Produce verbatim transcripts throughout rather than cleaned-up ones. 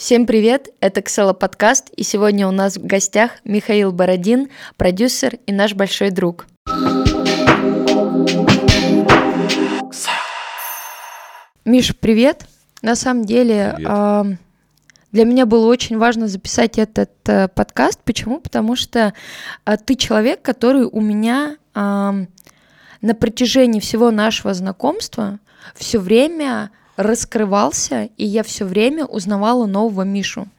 Всем привет, это Ксела подкаст, и сегодня у нас в гостях Михаил Бородин, продюсер и наш большой друг. Миш, привет. На самом деле, э, для меня было очень важно записать этот э, подкаст. Почему? Потому что э, ты человек, который у меня э, на протяжении всего нашего знакомства все время раскрывался, и я все время узнавала нового Мишу.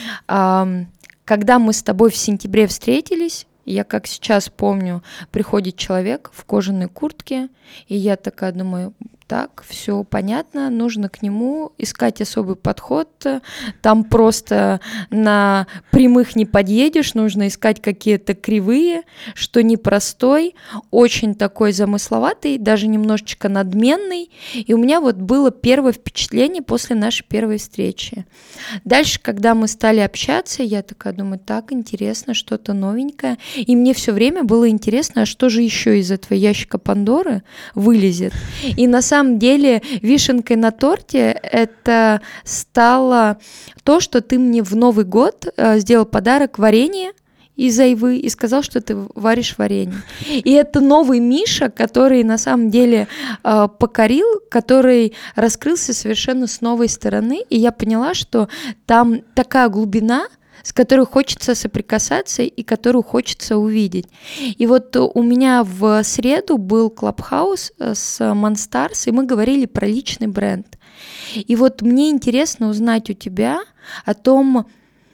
Э, когда мы с тобой в сентябре встретились, я как сейчас помню, приходит человек в кожаной куртке, и я такая думаю... Так, все понятно, нужно к нему искать особый подход, там просто на прямых не подъедешь, нужно искать какие-то кривые, что непростой, очень такой замысловатый, даже немножечко надменный, и у меня вот было первое впечатление после нашей первой встречи. Дальше, когда мы стали общаться, я такая думаю, так, интересно, что-то новенькое, и мне все время было интересно, а что же еще из этого ящика Пандоры вылезет, и на самом На самом деле вишенкой на торте это стало то, что ты мне в Новый год э, сделал подарок варенье из айвы и сказал, что ты варишь варенье. И это новый Миша, который на самом деле э, покорил, который раскрылся совершенно с новой стороны, и я поняла, что там такая глубина, с которой хочется соприкасаться и которую хочется увидеть. И вот у меня в среду был клабхаус с Monstars, и мы говорили про личный бренд. И вот мне интересно узнать у тебя о том,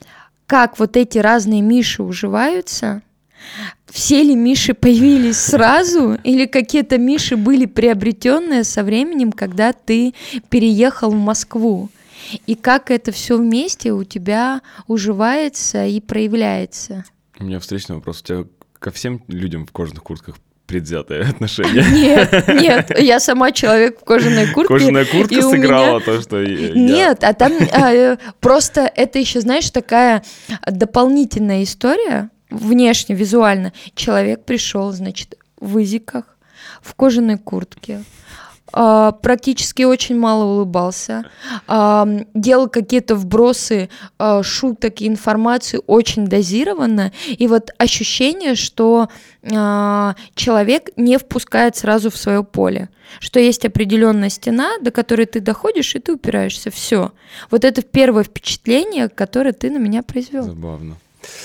как вот эти разные Миши уживаются, все ли Миши появились сразу, или какие-то Миши были приобретенные со временем, когда ты переехал в Москву? И как это все вместе у тебя уживается и проявляется? У меня встречный вопрос. У тебя ко всем людям в кожаных куртках предвзятое отношение? Нет, нет, я сама человек в кожаной куртке. Кожаная куртка сыграла меня... то, что я... Нет, а там а, просто это еще, знаешь, такая дополнительная история, внешне, визуально. Человек пришел, значит, в изиках, в кожаной куртке, Uh, практически очень мало улыбался, uh, делал какие-то вбросы uh, шуток и информации очень дозированно, и вот ощущение, что uh, человек не впускает сразу в свое поле, что есть определенная стена, до которой ты доходишь, и ты упираешься, все. Вот это первое впечатление, которое ты на меня произвел. Забавно.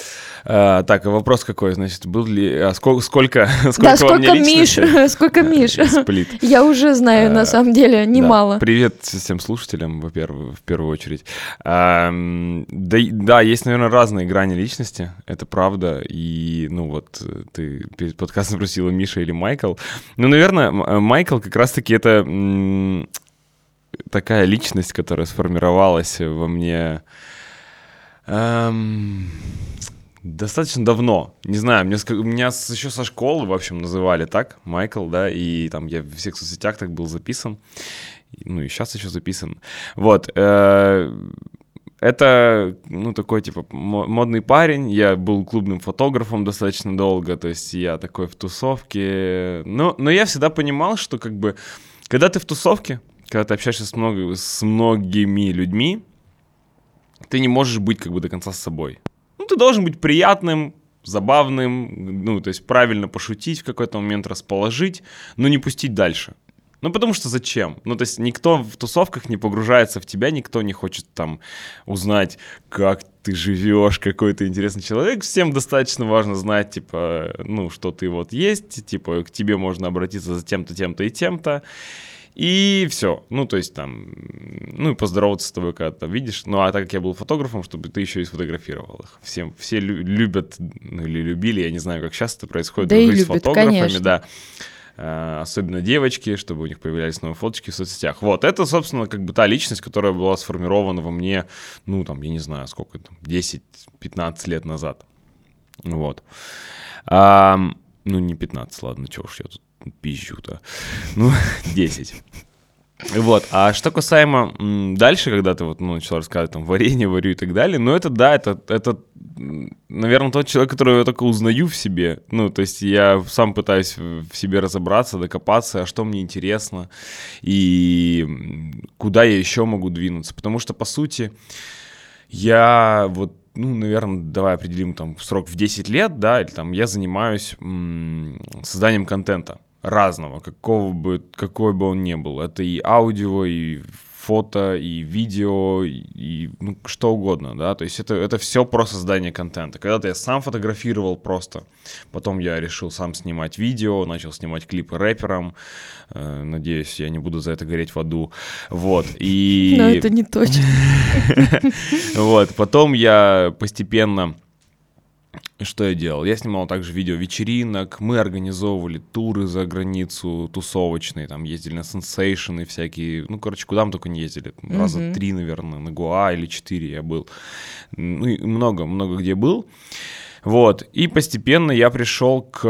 А, так, вопрос какой, значит, был ли, а сколько, сколько, сколько да, сколько Миш, сколько Миш, я уже знаю, а, на самом деле, немало. Да. Привет всем слушателям, во-первых, в первую очередь. А, да, да, есть, наверное, разные грани личности, это правда, и, ну вот, ты перед подкастом спросила, Миша или Майкл, ну, наверное, Майкл как раз-таки это м- такая личность, которая сформировалась во мне... Эм- Достаточно давно, не знаю, мне, меня еще со школы, в общем, называли так, Майкл, да, и там я в всех соцсетях так был записан, ну и сейчас еще записан, вот, это, ну, такой, типа, модный парень, я был клубным фотографом достаточно долго, то есть я такой в тусовке, но, но я всегда понимал, что, как бы, когда ты в тусовке, когда ты общаешься с, много, с многими людьми, ты не можешь быть, как бы, до конца с собой. Ну, ты должен быть приятным, забавным, ну, то есть правильно пошутить в какой-то момент, расположить, но не пустить дальше. Ну, потому что зачем? Ну, то есть никто в тусовках не погружается в тебя, никто не хочет там узнать, как ты живешь, какой ты интересный человек. Всем достаточно важно знать, типа, ну, что ты вот есть, типа, к тебе можно обратиться за тем-то, тем-то и тем-то. И все, ну, то есть там, ну, и поздороваться с тобой, когда ты видишь. Ну, а так как я был фотографом, чтобы ты еще и сфотографировал их. Всем, все лю- любят, ну, или любили, я не знаю, как часто это происходит, да дружить и с любят, фотографами, конечно. Да. А, особенно девочки, чтобы у них появлялись новые фоточки в соцсетях. Вот, это, собственно, как бы та личность, которая была сформирована во мне, ну, там, я не знаю, сколько там, десять-пятнадцать лет назад. Вот. А, ну, не пятнадцать, ладно, чего уж я тут пизжу-то. Ну, десять. Вот, а что касаемо м, дальше, когда ты вот, ну, начал рассказывать, там, варенье варю и так далее, ну, это, да, это, это, наверное, тот человек, которого я только узнаю в себе, ну, то есть я сам пытаюсь в себе разобраться, докопаться, а что мне интересно и куда я еще могу двинуться, потому что, по сути, Я вот, ну, наверное, давай определим там срок в десять лет, да, или там я занимаюсь м- созданием контента разного, какого бы, какой бы он ни был. Это и аудио, и фото, и видео, и, и ну, что угодно, да, то есть это, это все про создание контента. Когда-то я сам фотографировал просто, потом я решил сам снимать видео, начал снимать клипы рэперам, э, надеюсь, я не буду за это гореть в аду, вот, и... Но это не точно. Вот, потом я постепенно... Что я делал? Я снимал также видео вечеринок, мы организовывали туры за границу, тусовочные, там ездили на сенсейшены всякие, ну, короче, куда мы только не ездили, mm-hmm. раза три, наверное, на Гоа или четыре я был, ну, и много, много где был, вот, и постепенно я пришел к,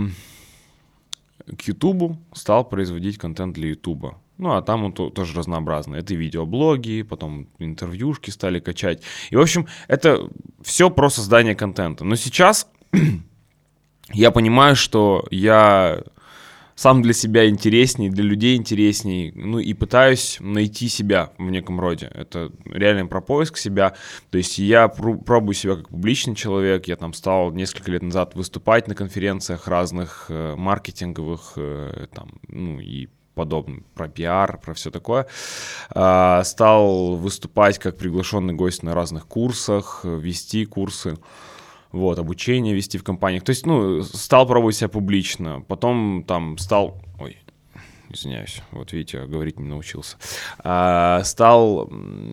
к Ютубу, стал производить контент для Ютуба. Ну, а там он тоже разнообразный. Это видеоблоги, потом интервьюшки стали качать. И, в общем, это все про создание контента. Но сейчас я понимаю, что я сам для себя интересней, для людей интересней, ну, и пытаюсь найти себя в неком роде. Это реально про поиск себя. То есть я пробую себя как публичный человек. Я там стал несколько лет назад выступать на конференциях разных, э, маркетинговых, э, там, ну, и подобным, про пиар, про все такое. А, стал выступать как приглашенный гость на разных курсах, вести курсы, вот, обучение вести в компаниях. То есть, ну, стал пробовать себя публично. Потом там стал... Ой, извиняюсь, вот видите, говорить не научился. А, стал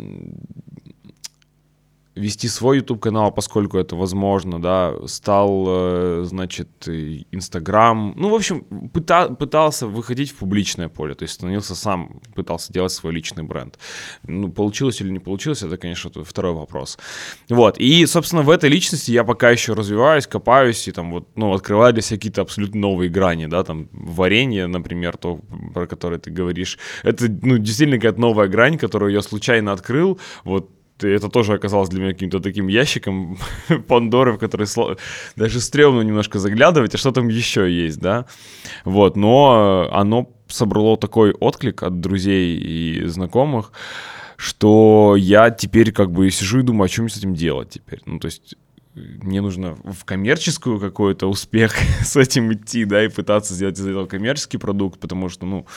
вести свой YouTube-канал, поскольку это возможно, да, стал, значит, Инстаграм, ну, в общем, пыта, пытался выходить в публичное поле, то есть становился сам, пытался делать свой личный бренд. Ну, получилось или не получилось, это, конечно, второй вопрос. Вот, и, собственно, в этой личности я пока еще развиваюсь, копаюсь, и там вот, ну, открываю для себя какие-то абсолютно новые грани, да, там, варенье, например, то, про которое ты говоришь, это, ну, действительно какая-то новая грань, которую я случайно открыл, вот, и это тоже оказалось для меня каким-то таким ящиком Пандоры, в который сло... даже стрёмно немножко заглядывать, а что там еще есть, да? Вот, но оно собрало такой отклик от друзей и знакомых, что я теперь как бы сижу и думаю, а что мне с этим делать теперь? Ну, то есть мне нужно в коммерческую какой-то успех с этим идти, да, и пытаться сделать из этого коммерческий продукт, потому что, ну,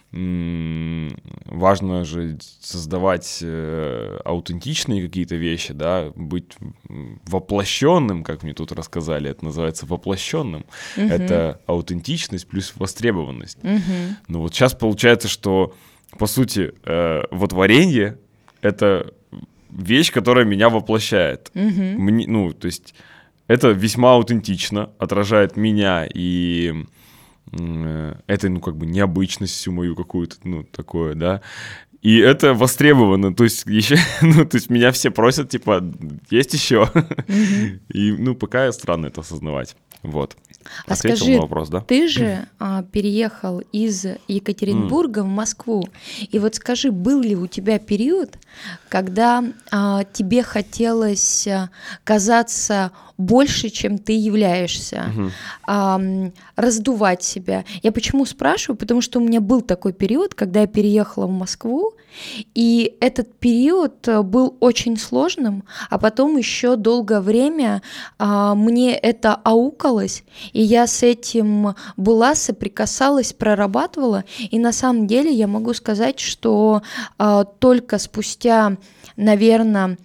важно же создавать э, аутентичные какие-то вещи, да, быть воплощенным, как мне тут рассказали, это называется воплощенным. Uh-huh. Это аутентичность плюс востребованность. Uh-huh. Ну вот сейчас получается, что, по сути, э, вот варенье — это вещь, которая меня воплощает. Uh-huh. Мне, ну, то есть это весьма аутентично, отражает меня и... это, ну, как бы необычность всю мою какую-то, ну, такое, да, и это востребовано, то есть еще, ну, то есть меня все просят, типа, есть еще, mm-hmm. и, ну, пока странно это осознавать, вот. А Ответил скажи, на вопрос, да? Ты же а, переехал из Екатеринбурга mm. в Москву, и вот скажи, был ли у тебя период, когда а, тебе хотелось а, казаться больше, чем ты являешься, uh-huh. а, раздувать себя? Я почему спрашиваю? Потому что у меня был такой период, когда я переехала в Москву, и этот период был очень сложным, а потом еще долгое время а, мне это аукалось, и я с этим была, соприкасалась, прорабатывала, и на самом деле я могу сказать, что а, только спустя, наверное,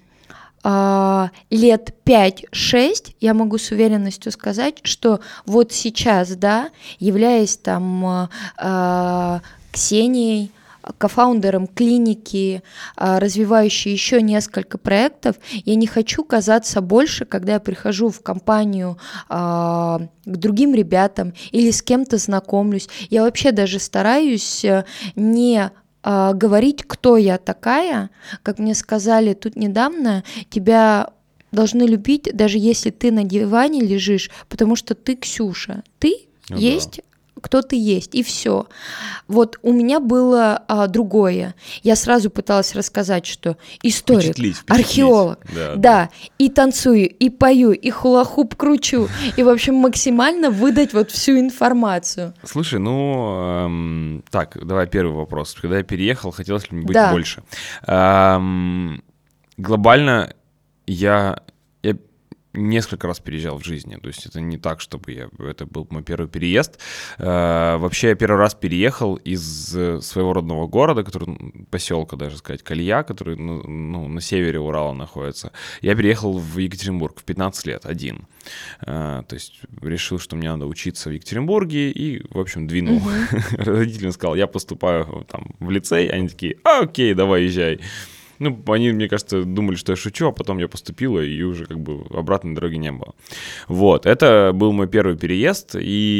а, лет пять-шесть я могу с уверенностью сказать, что вот сейчас, да, являясь там а, Ксенией, кофаундером клиники, развивающей еще несколько проектов, я не хочу казаться больше, когда я прихожу в компанию а, к другим ребятам или с кем-то знакомлюсь. Я вообще даже стараюсь не а, говорить, кто я такая. Как мне сказали тут недавно, тебя должны любить, даже если ты на диване лежишь, потому что ты Ксюша. Ты ну, есть... Да. Кто ты есть, и все. Вот у меня было а, другое. Я сразу пыталась рассказать, что историк, впечатлить, впечатлить. Археолог, да, да. да, и танцую, и пою, и хула-хуп кручу, и, в общем, максимально выдать вот всю информацию. Слушай, ну, эм, так, давай первый вопрос. Когда я переехал, хотелось ли мне быть да. больше? Эм, глобально я, я несколько раз переезжал в жизни, то есть это не так, чтобы я, это был мой первый переезд. Э, вообще я первый раз переехал из своего родного города, который, поселка даже сказать, Колья, который ну, ну, на севере Урала находится. Я переехал в Екатеринбург в пятнадцать лет, один. Э, то есть решил, что мне надо учиться в Екатеринбурге и, в общем, двинул. Uh-huh. Родителям сказал, я поступаю там в лицей, они такие, а, окей, давай езжай. Ну, они, мне кажется, думали, что я шучу, а потом я поступила, и уже как бы обратной дороги не было. Вот, это был мой первый переезд,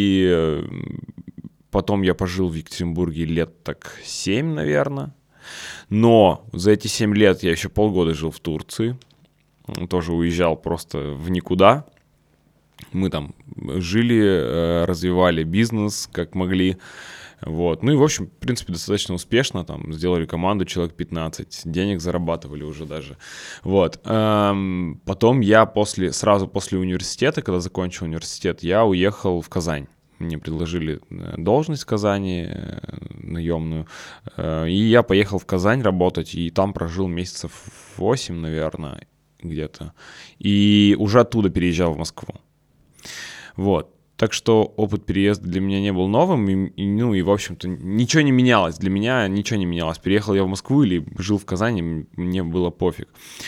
и потом я пожил в Екатеринбурге лет так семь, наверное. Но за эти семь лет я еще полгода жил в Турции, тоже уезжал просто в никуда. Мы там жили, развивали бизнес, как могли. Вот. Ну и, в общем, в принципе, достаточно успешно. Там сделали команду, человек пятнадцать, денег зарабатывали уже даже. Вот. Эм, потом я после, сразу после университета, когда закончил университет, я уехал в Казань. Мне предложили должность в Казани, наемную. И я поехал в Казань работать, и там прожил месяцев восемь, наверное, где-то. И уже оттуда переезжал в Москву. Вот. Так что опыт переезда для меня не был новым, и, и, ну и, в общем-то, ничего не менялось. Для меня ничего не менялось. Переехал я в Москву или жил в Казани, мне было пофиг.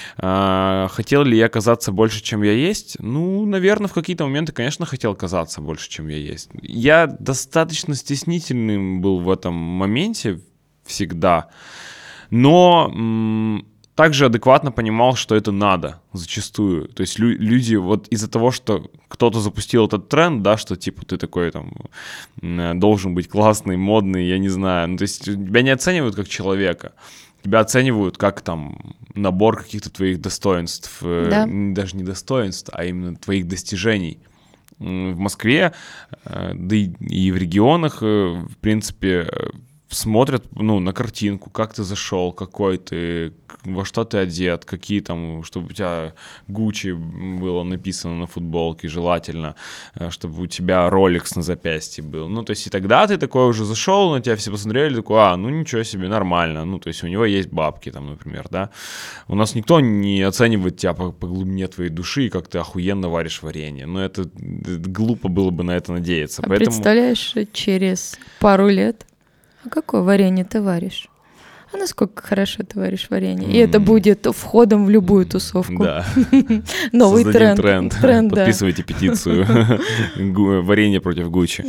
А, хотел ли я казаться больше, чем я есть? Ну, наверное, в какие-то моменты, конечно, хотел казаться больше, чем я есть. Я достаточно стеснительным был в этом моменте всегда, но... М- также адекватно понимал, что это надо зачастую. То есть лю- люди вот из-за того, что кто-то запустил этот тренд, да, что типа ты такой там должен быть классный, модный, я не знаю. Ну, то есть тебя не оценивают как человека, тебя оценивают как там набор каких-то твоих достоинств, да. Даже не достоинств, а именно твоих достижений. В Москве, да и, и в регионах, в принципе, смотрят, ну, на картинку, как ты зашел, какой ты, во что ты одет, какие там, чтобы у тебя Gucci было написано на футболке, желательно, чтобы у тебя Rolex на запястье был. Ну, то есть и тогда ты такой уже зашел, на тебя все посмотрели, такой, а, ну, ничего себе, нормально. Ну, то есть у него есть бабки там, например, да. У нас никто не оценивает тебя по, по глубине твоей души, как ты охуенно варишь варенье. Но это, это глупо было бы на это надеяться. А Поэтому... представляешь, через пару лет а какое варенье ты варишь? А насколько хорошо ты варишь варенье? Mm. И это будет входом в любую тусовку. Да. Новый тренд. тренд. тренд. Подписывайте петицию. Варенье против Гуччи.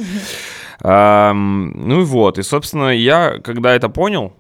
Ну и вот. И, собственно, я, когда это понял,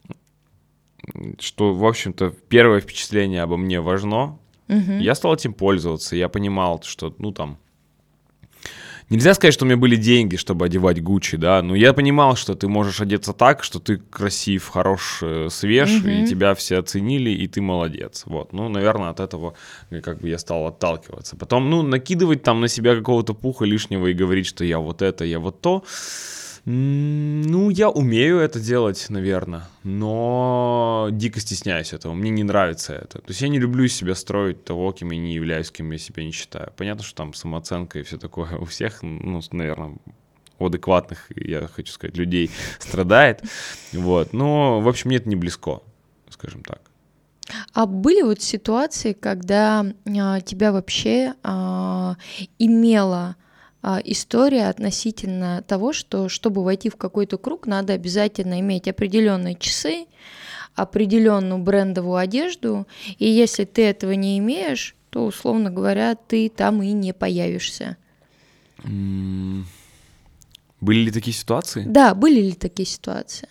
что, в общем-то, первое впечатление обо мне важно, я стал этим пользоваться. Я понимал, что, ну, там, нельзя сказать, что у меня были деньги, чтобы одевать Гуччи, да, но я понимал, что ты можешь одеться так, что ты красив, хорош, свеж, mm-hmm. и тебя все оценили, и ты молодец. Вот, ну, наверное, от этого как бы я стал отталкиваться. Потом, ну, накидывать там на себя какого-то пуха лишнего и говорить, что я вот это, я вот то, ну, я умею это делать, наверное, но дико стесняюсь этого, мне не нравится это. То есть я не люблю из себя строить того, кем я не являюсь, кем я себя не считаю. Понятно, что там самооценка и все такое у всех, ну, наверное, у адекватных, я хочу сказать, людей страдает, вот. Но, в общем, мне это не близко, скажем так. А были вот ситуации, когда а, тебя вообще а, имела история относительно того, что чтобы войти в какой-то круг, надо обязательно иметь определенные часы, определенную брендовую одежду, и если ты этого не имеешь, то, условно говоря, ты там и не появишься. Были ли такие ситуации? Да, были ли такие ситуации?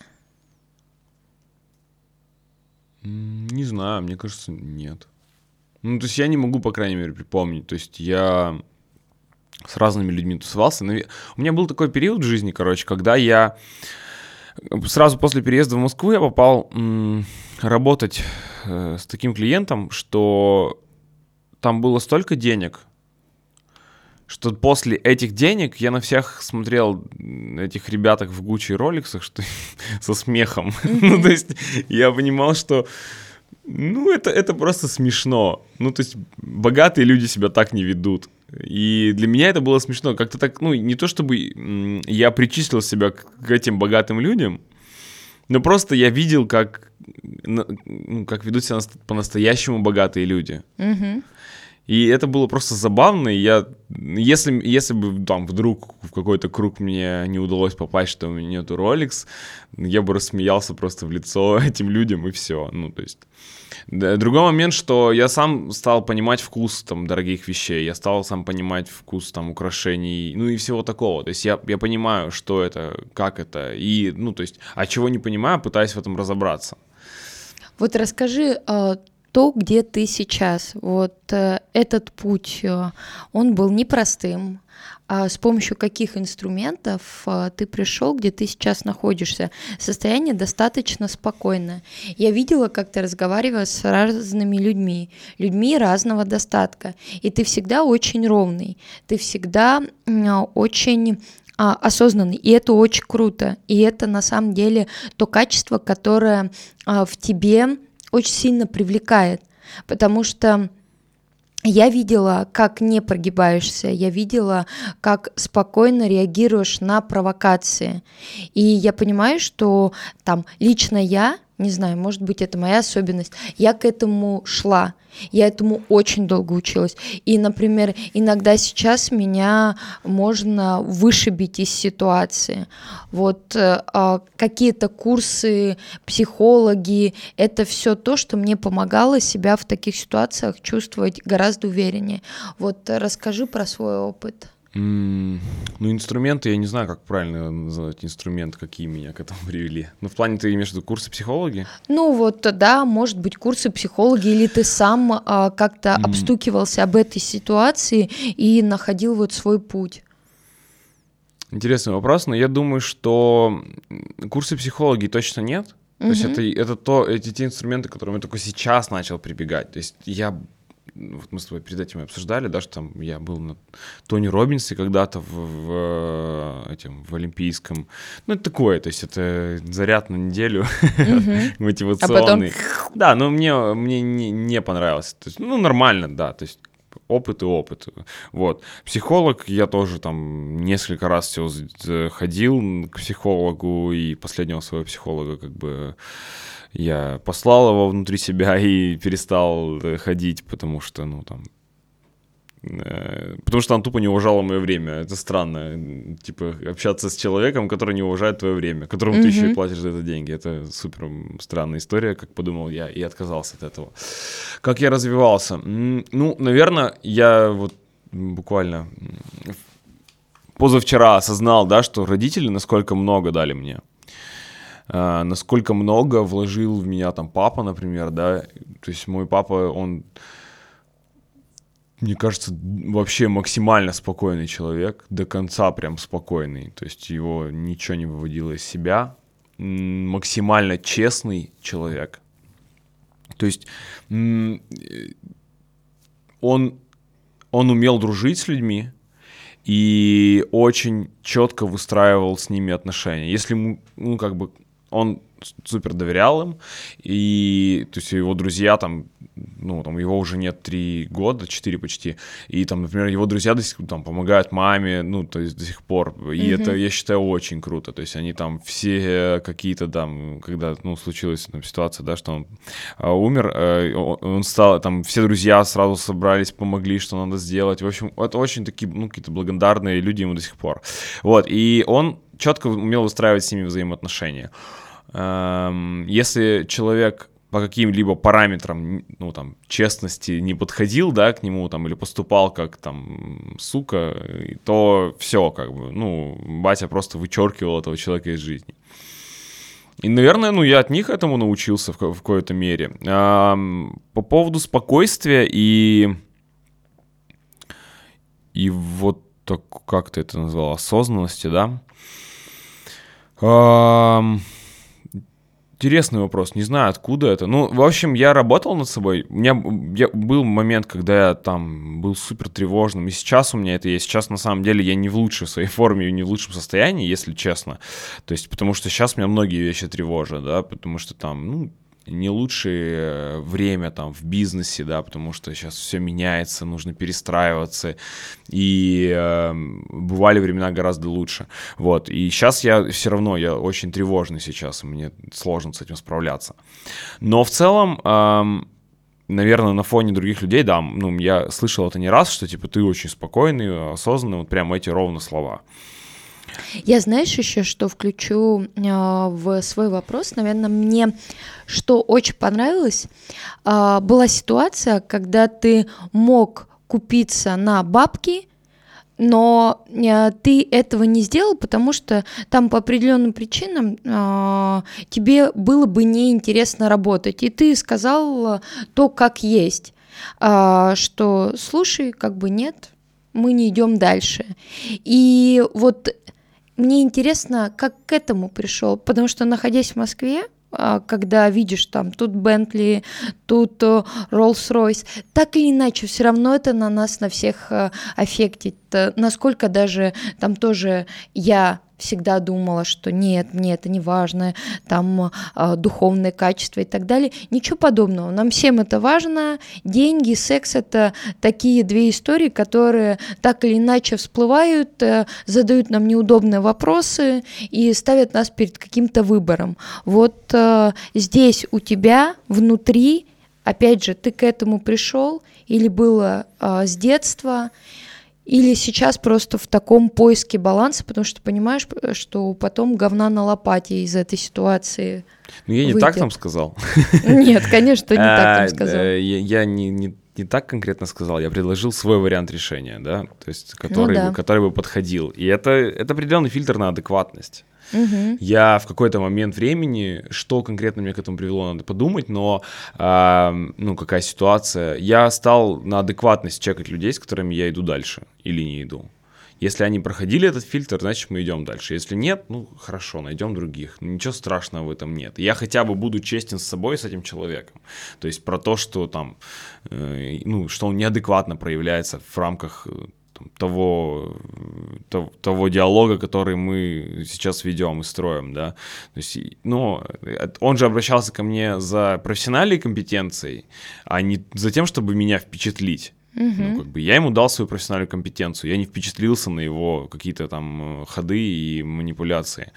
Не знаю, мне кажется, нет. Ну, то есть я не могу, по крайней мере, припомнить. То есть я с разными людьми тусовался. У меня был такой период в жизни, короче, когда я сразу после переезда в Москву я попал м- работать э, с таким клиентом, что там было столько денег, что после этих денег я на всех смотрел этих ребяток в Гуччи и Роликсах, что со смехом. Ну, то есть я понимал, что ну, это, это просто смешно. Ну, то есть богатые люди себя так не ведут. И для меня это было смешно. Как-то так, ну, не то чтобы я причислил себя к этим богатым людям, Но просто я видел, как, ну, как ведут себя по-настоящему богатые люди. Угу. И это было просто забавно, и я, если, если бы там вдруг в какой-то круг мне не удалось попасть, что у меня нету Rolex, я бы рассмеялся просто в лицо этим людям, и все, ну, то есть... Другой момент, что я сам стал понимать вкус там дорогих вещей, я стал сам понимать вкус там украшений, ну и всего такого, то есть я, я понимаю, что это, как это, и, ну, то есть, а чего не понимаю, пытаюсь в этом разобраться. Вот расскажи... То, где ты сейчас, вот э, этот путь, э, он был непростым. А с помощью каких инструментов э, ты пришел, где ты сейчас находишься? Состояние достаточно спокойное. Я видела, как ты разговариваешь с разными людьми, людьми разного достатка, и ты всегда очень ровный, ты всегда э, очень... осознанный, и это очень круто, и это на самом деле то качество, которое э, в тебе очень сильно привлекает, потому что я видела, как не прогибаешься, я видела, как спокойно реагируешь на провокации, и я понимаю, что там лично я, не знаю, может быть, это моя особенность, я к этому шла, я этому очень долго училась. И, например, иногда сейчас меня можно вышибить из ситуации. Вот э, какие-то курсы, психологи, это все то, что мне помогало себя в таких ситуациях чувствовать гораздо увереннее. Вот расскажи про свой опыт. Mm, ну, инструменты, я не знаю, как правильно называть инструмент, какие меня к этому привели. Ну, в плане ты имеешь в виду курсы психологи? Ну, вот, да, может быть, курсы психологи, или ты сам а, как-то mm. обстукивался об этой ситуации и находил вот свой путь. Интересный вопрос, но я думаю, что курсы психологии точно нет. Mm-hmm. То есть это, это то, эти те инструменты, к которым я только сейчас начал прибегать. То есть я... Вот мы с тобой перед этим обсуждали, да, что там я был на Тони Роббинсе когда-то в, в, этим, в Олимпийском. Ну, это такое, то есть это заряд на неделю uh-huh. мотивационный. А потом... Да, но мне, мне не, не понравилось. То есть, ну, нормально, да, то есть опыт и опыт. Вот. Психолог, я тоже там несколько раз все ходил к психологу, и последнего своего психолога как бы... Я послал его внутри себя и перестал ходить, потому что, ну, там... Э, потому что он тупо не уважал мое время. Это странно. Типа, общаться с человеком, который не уважает твое время, которому mm-hmm. ты еще и платишь за это деньги. Это супер странная история, как подумал я, и отказался от этого. Как я развивался? Ну, наверное, я вот буквально позавчера осознал, да, что родители насколько много дали мне. Uh, насколько много вложил в меня там папа, например, да, то есть мой папа, он, мне кажется, вообще максимально спокойный человек, до конца прям спокойный, то есть его ничего не выводило из себя, максимально честный человек, то есть он, он умел дружить с людьми и очень четко выстраивал с ними отношения, если, ну, как бы, он супер доверял им, и то есть его друзья там, ну, там его уже нет три года, четыре почти, и там, например, его друзья до сих пор там помогают маме, ну, то есть до сих пор, и mm-hmm. это, я считаю, очень круто, то есть они там все какие-то там, когда, ну, случилась там ситуация, да, что он а, умер, а, он стал, там, все друзья сразу собрались, помогли, что надо сделать, в общем, это очень такие, ну, какие-то благодарные люди ему до сих пор, вот, и он четко умел выстраивать с ними взаимоотношения. Если человек по каким-либо параметрам, ну, там, честности не подходил, да, к нему, там, или поступал как, там, сука, то все, как бы, ну, батя просто вычеркивал этого человека из жизни. И, наверное, ну, я от них этому научился в, в какой-то мере. По поводу спокойствия и... И вот так, как ты это назвал, осознанности, да? Интересный вопрос, не знаю, откуда это. Ну, в общем, я работал над собой. У меня я, был момент, когда я там был супер тревожным, и сейчас у меня это есть. Сейчас, на самом деле, я не в лучшей своей форме и не в лучшем состоянии, если честно. То есть, потому что сейчас меня многие вещи тревожат, да, потому что там, ну, не лучшее время там в бизнесе, да, потому что сейчас все меняется, нужно перестраиваться, и э, бывали времена гораздо лучше, вот, и сейчас я все равно, я очень тревожный сейчас, мне сложно с этим справляться, но в целом, э, наверное, на фоне других людей, да, ну, я слышал это не раз, что, типа, ты очень спокойный, осознанный, вот прям эти ровно слова. Я, знаешь, еще что включу э, в свой вопрос, наверное, мне что очень понравилось, э, была ситуация, когда ты мог купиться на бабки, но э, ты этого не сделал, потому что там по определенным причинам э, тебе было бы неинтересно работать, и ты сказал то, как есть, э, что слушай, как бы нет, мы не идем дальше. И вот мне интересно, как к этому пришел, потому что, находясь в Москве, когда видишь там тут Бентли, тут Роллс-Ройс, так или иначе, все равно это на нас, на всех аффектит. Насколько даже там тоже я всегда думала, что нет, мне это не важно, там э, духовное качество и так далее. Ничего подобного. Нам всем это важно. Деньги, секс — это такие две истории, которые так или иначе всплывают, э, задают нам неудобные вопросы и ставят нас перед каким-то выбором. Вот э, здесь у тебя внутри, опять же, ты к этому пришел или было э, с детства, или сейчас просто в таком поиске баланса, потому что понимаешь, что потом говна на лопате из этой ситуации. Ну, я не выйдет. так там сказал. Нет, конечно, не так там сказал. Я не не так конкретно сказал, я предложил свой вариант решения, да, то есть который, ну, да. бы, который бы подходил. И это, это определенный фильтр на адекватность. Угу. Я в какой-то момент времени, что конкретно меня к этому привело, надо подумать, но э, ну, какая ситуация, я стал на адекватность чекать людей, с которыми я иду дальше или не иду. Если они проходили этот фильтр, значит, мы идем дальше. Если нет, ну, хорошо, найдем других. Ничего страшного в этом нет. Я хотя бы буду честен с собой, с этим человеком. То есть про то, что там, э, ну, что он неадекватно проявляется в рамках там, того, того, того диалога, который мы сейчас ведем и строим, да. То есть, ну, он же обращался ко мне за профессиональной компетенцией, а не за тем, чтобы меня впечатлить. Uh-huh. Ну, как бы я ему дал свою профессиональную компетенцию, я не впечатлился на его какие-то там ходы и манипуляции.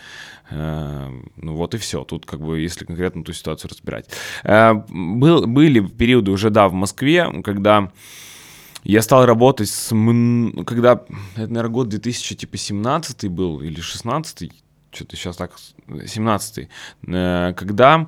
Ну вот и все. Тут как бы, если конкретно ту ситуацию разбирать. Был, были периоды уже, да, в Москве, когда я стал работать с... Когда, это, наверное, год две тысячи семнадцатый был или шестнадцатый, что-то сейчас так, семнадцатый, когда...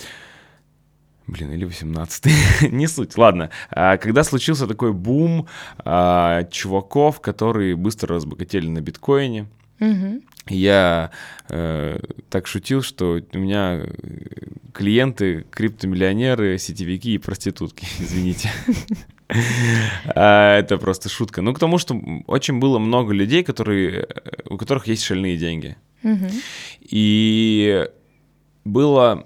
Блин, или восемнадцатый, не суть, ладно. Когда случился такой бум а, чуваков, которые быстро разбогатели на биткоине, угу. я э, так шутил, что у меня клиенты криптомиллионеры, сетевики и проститутки, извините. Это просто шутка. Ну, к тому, что очень было много людей, которые, у которых есть шальные деньги. Угу. И было...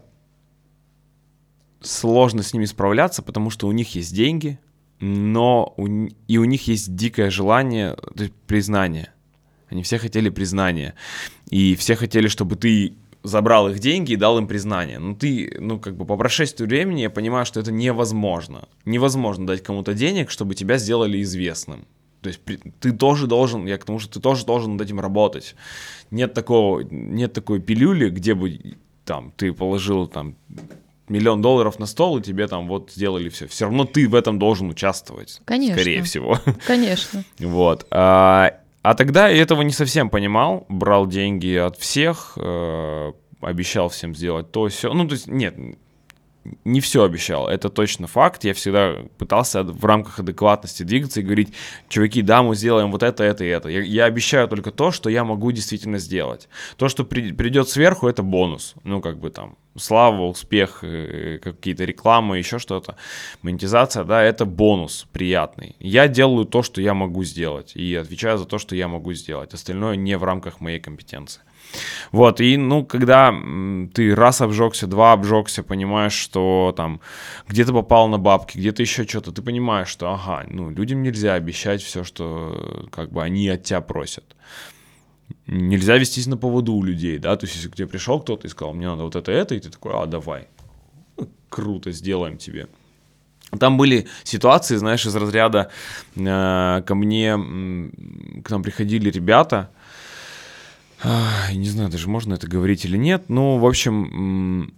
сложно с ними справляться, потому что у них есть деньги, но у, и у них есть дикое желание, то есть признания. Они все хотели признания. И все хотели, чтобы ты забрал их деньги и дал им признание. Но ты, ну, как бы по прошествии времени я понимаю, что это невозможно. Невозможно дать кому-то денег, чтобы тебя сделали известным. То есть ты тоже должен, я к тому, что ты тоже должен над этим работать. Нет такого, нет такой пилюли, где бы там ты положил там миллион долларов на стол, и тебе там вот сделали все. Все равно ты в этом должен участвовать. Конечно. Скорее всего. Конечно. Вот. А, а тогда я этого не совсем понимал. Брал деньги от всех, э, обещал всем сделать то, сё. Ну, то есть, нет, не все обещал, это точно факт. Я всегда пытался в рамках адекватности двигаться и говорить: чуваки, да, мы сделаем вот это, это и это. Я, я обещаю только то, что я могу действительно сделать. То, что при, придет сверху, это бонус. Ну, как бы там слава, успех, какие-то рекламы, еще что-то, монетизация, да, это бонус приятный. Я делаю то, что я могу сделать, и отвечаю за то, что я могу сделать. Остальное не в рамках моей компетенции. Вот, и, ну, когда ты раз обжегся, два обжегся, понимаешь, что там где-то попал на бабки, где-то еще что-то, ты понимаешь, что, ага, ну, людям нельзя обещать все, что, как бы, они от тебя просят. Нельзя вестись на поводу у людей, да, то есть если к тебе пришел кто-то и сказал: мне надо вот это, это, и ты такой: а, давай. круто, сделаем тебе. Там были ситуации, знаешь, из разряда э, ко мне, э, к нам приходили ребята, э, не знаю, даже можно это говорить или нет, но, в общем,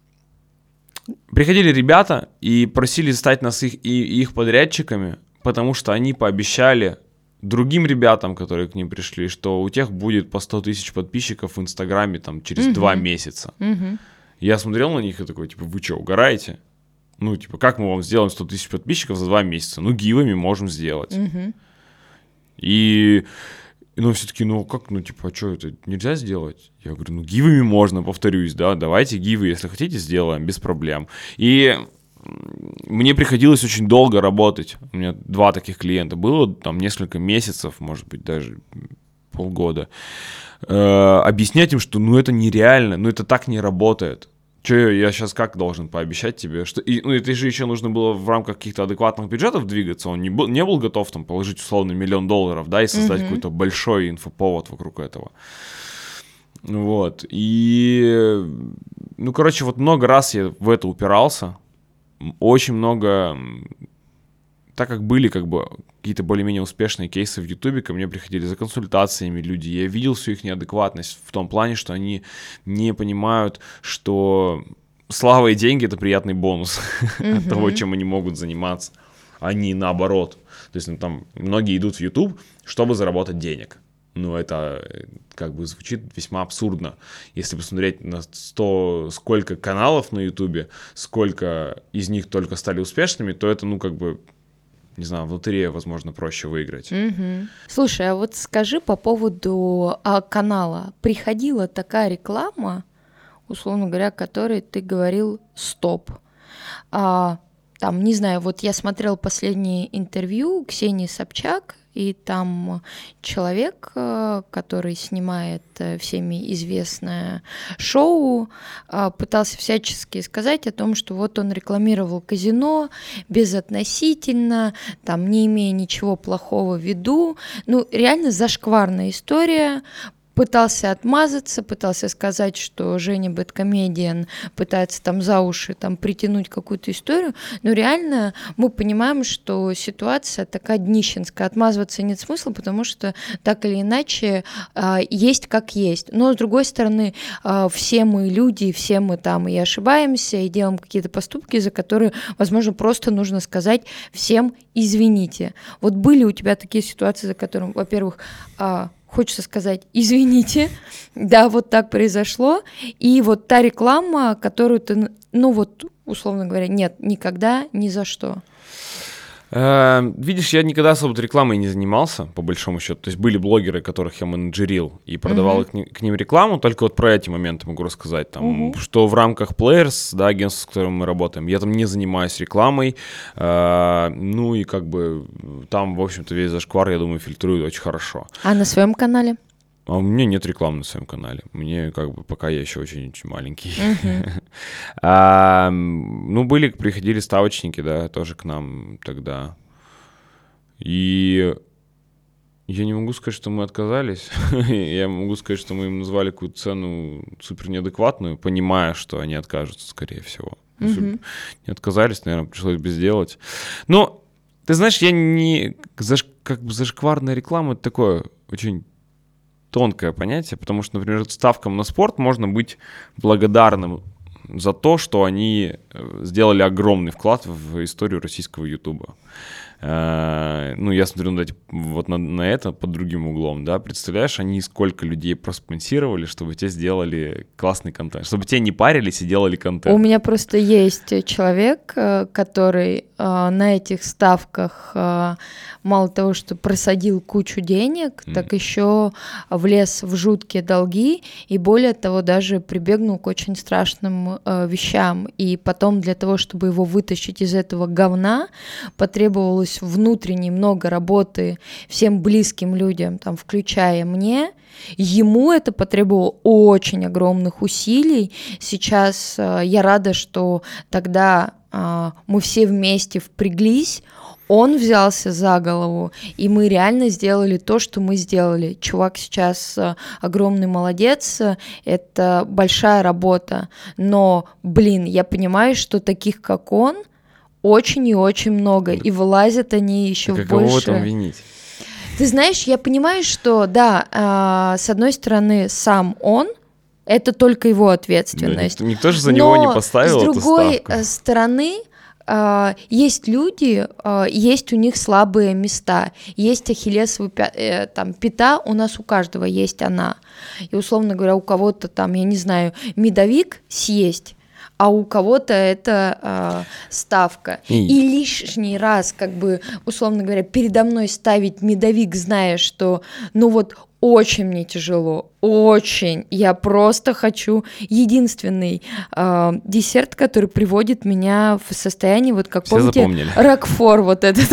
э, приходили ребята и просили стать нас их, и, их подрядчиками, потому что они пообещали другим ребятам, которые к ним пришли, что у тех будет по сто тысяч подписчиков в Инстаграме там через два uh-huh. месяца. Uh-huh. Я смотрел на них и такой, типа, вы что, угораете? Ну, типа, как мы вам сделаем сто тысяч подписчиков за два месяца? Ну, гивами можем сделать. Uh-huh. И, ну, все таки ну, как, ну, типа, а что, это нельзя сделать? Я говорю, ну, гивами можно, повторюсь, да, давайте гивы, если хотите, сделаем, без проблем. И мне приходилось очень долго работать. У меня два таких клиента было, там, несколько месяцев, может быть, даже полгода. Э, объяснять им, что, ну, это нереально, ну, это так не работает. Че, я сейчас как должен пообещать тебе? Что... И, ну, это же еще нужно было в рамках каких-то адекватных бюджетов двигаться. Он не был, не был готов там положить условно миллион долларов, да, и создать mm-hmm. какой-то большой инфоповод вокруг этого. Вот. И, ну, короче, вот много раз я в это упирался. Очень много... Так как были как бы какие-то более-менее успешные кейсы в Ютубе, ко мне приходили за консультациями люди, я видел всю их неадекватность в том плане, что они не понимают, что слава и деньги — это приятный бонус mm-hmm. от того, чем они могут заниматься, а не наоборот. То есть ну, там многие идут в YouTube, чтобы заработать денег. Ну, это как бы звучит весьма абсурдно. Если посмотреть на сто, сколько каналов на Ютубе, сколько из них только стали успешными, то это, ну, как бы, не знаю, в лотерею, возможно, проще выиграть. Угу. Слушай, а вот скажи по поводу а, канала. Приходила такая реклама, условно говоря, которой ты говорил «стоп». А, там, не знаю, вот я смотрела последнее интервью Ксении Собчак, и там человек, который снимает всеми известное шоу, пытался всячески сказать о том, что вот он рекламировал казино безотносительно, там, не имея ничего плохого в виду. Ну, реально зашкварная история. Пытался отмазаться, пытался сказать, что Женя Бэдкомедиан пытается там за уши там притянуть какую-то историю, но реально мы понимаем, что ситуация такая днищенская, отмазываться нет смысла, потому что так или иначе э, есть как есть. Но с другой стороны, э, все мы люди, все мы там и ошибаемся, и делаем какие-то поступки, за которые, возможно, просто нужно сказать всем извините. Вот были у тебя такие ситуации, за которыми, во-первых, э, хочется сказать, извините, да, вот так произошло, и вот та реклама, которую ты, ну вот, условно говоря, нет, никогда, ни за что. Видишь, я никогда особо рекламой не занимался, по большому счету. То есть были блогеры, которых я менеджерил и продавал uh-huh. к ним рекламу. Только вот про эти моменты могу рассказать. Там, uh-huh. что в рамках Players, да, агентства, с которым мы работаем, я там не занимаюсь рекламой. Э, ну и как бы там, в общем-то, весь зашквар, я думаю, фильтруют очень хорошо. А на своем канале? А у меня нет рекламы на своем канале. Мне как бы пока я еще очень-очень маленький. Uh-huh. а, ну, были, приходили ставочники, да, тоже к нам тогда. И я не могу сказать, что мы отказались. Я могу сказать, что мы им назвали какую-то цену супер неадекватную, понимая, что они откажутся, скорее всего. Uh-huh. Не отказались, наверное, пришлось бы сделать. Но, ты знаешь, я не... Как бы зашкварная реклама — это такое очень... тонкое понятие, потому что, например, ставкам на спорт можно быть благодарным за то, что они сделали огромный вклад в историю российского Ютуба. Ну, я смотрю на, вот на, на это под другим углом, да, представляешь, они сколько людей проспонсировали, чтобы те сделали классный контент, чтобы те не парились и делали контент. У меня просто есть человек, который на этих ставках мало того, что просадил кучу денег, mm. так еще влез в жуткие долги и, более того, даже прибегнул к очень страшным вещам. И потом для того, чтобы его вытащить из этого говна, потребовалось внутренне много работы всем близким людям, там, включая мне. Ему это потребовало очень огромных усилий. Сейчас э, я рада, что тогда э, мы все вместе впряглись. он взялся за голову, и мы реально сделали то, что мы сделали. Чувак сейчас огромный молодец, это большая работа, но, блин, я понимаю, что таких, как он, очень и очень много, и вылазят они еще так в больше... Кого в этом винить? Ты знаешь, я понимаю, что, да, э, с одной стороны, сам он, это только его ответственность. Да, никто, никто же за него не поставил эту ставку. Но с другой стороны, э, есть люди, э, есть у них слабые места, есть ахиллесовая пя- э, там, пята, у нас у каждого есть она. И, условно говоря, у кого-то там, я не знаю, медовик съесть, а у кого-то это э, ставка. И... и лишний раз, как бы, условно говоря, передо мной ставить медовик, зная, что, ну вот, очень мне тяжело, очень. Я просто хочу единственный э, десерт, который приводит меня в состояние, вот как, все помните, запомнили. Рокфор, вот этот,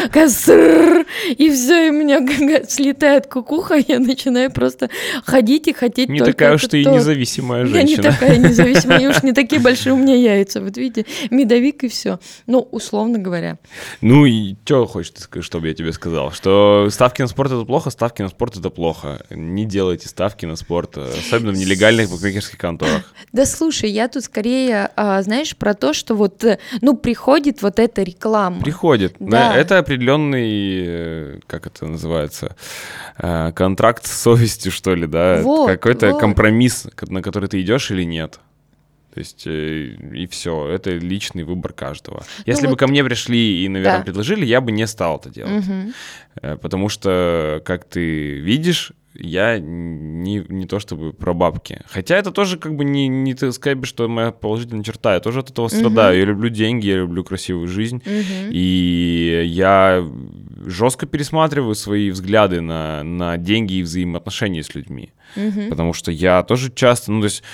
и все, и у меня слетает кукуха, я начинаю просто ходить и хотеть не только такая уж ты и торт. независимая женщина. Я не такая независимая, и уж не такие большие у меня яйца, вот видите, медовик и все. Ну, условно говоря. Ну и что хочешь, чтобы я тебе сказал? Что ставки на спорт — это плохо, ставки на спорт — это плохо. Не делайте ставки на спорт, особенно в нелегальных букмекерских конторах. Да слушай, я тут скорее, а, знаешь, про то, что вот, ну, приходит вот эта реклама. Приходит. Да. Это определенный, как это называется, контракт с совестью, что ли, да? Вот, какой-то вот. компромисс, на который ты идешь или нет. То есть и все, это личный выбор каждого. Если ну бы вот... ко мне пришли и, наверное, да. предложили, я бы не стал это делать. Угу. Потому что, как ты видишь, я не, не то чтобы про бабки. Хотя это тоже как бы не, не так сказать, что моя положительная черта. Я тоже от этого страдаю. Uh-huh. Я люблю деньги, я люблю красивую жизнь. Uh-huh. И я жестко пересматриваю свои взгляды на, на деньги и взаимоотношения с людьми. Uh-huh. Потому что я тоже часто, ну то есть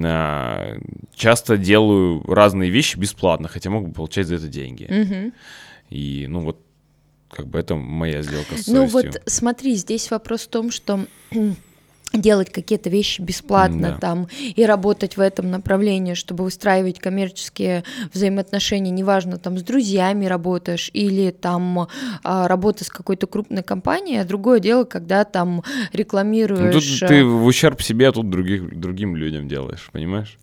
часто делаю разные вещи бесплатно, хотя мог бы получать за это деньги. Uh-huh. И ну вот как бы это моя сделка с совестью. Ну вот смотри, здесь вопрос в том, что делать какие-то вещи бесплатно да. там и работать в этом направлении, чтобы выстраивать коммерческие взаимоотношения, неважно, там с друзьями работаешь или там работа с какой-то крупной компанией, а другое дело, когда там рекламируешь... Ну, тут ты в ущерб себе, а тут других, другим людям делаешь, понимаешь?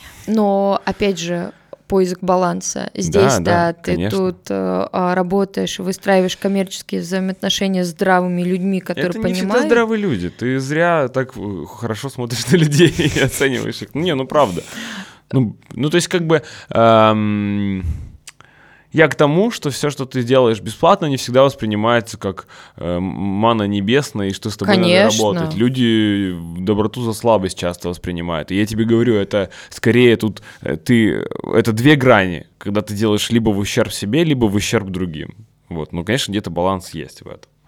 Но, опять же, поиск баланса. Здесь, да, да, да ты конечно. Тут а, работаешь, выстраиваешь коммерческие взаимоотношения с здравыми людьми, которые это понимают. Это не всегда здравые люди. Ты зря так хорошо смотришь на людей и оцениваешь их. Не, ну правда. Ну, ну то есть как бы... Эм... Я к тому, что все, что ты делаешь бесплатно, не всегда воспринимается как э, манна небесная, и что с тобой Конечно. надо работать. Люди доброту за слабость часто воспринимают. И я тебе говорю, это скорее тут ты, это две грани, когда ты делаешь либо в ущерб себе, либо в ущерб другим. Вот. Ну, конечно, где-то баланс есть в этом.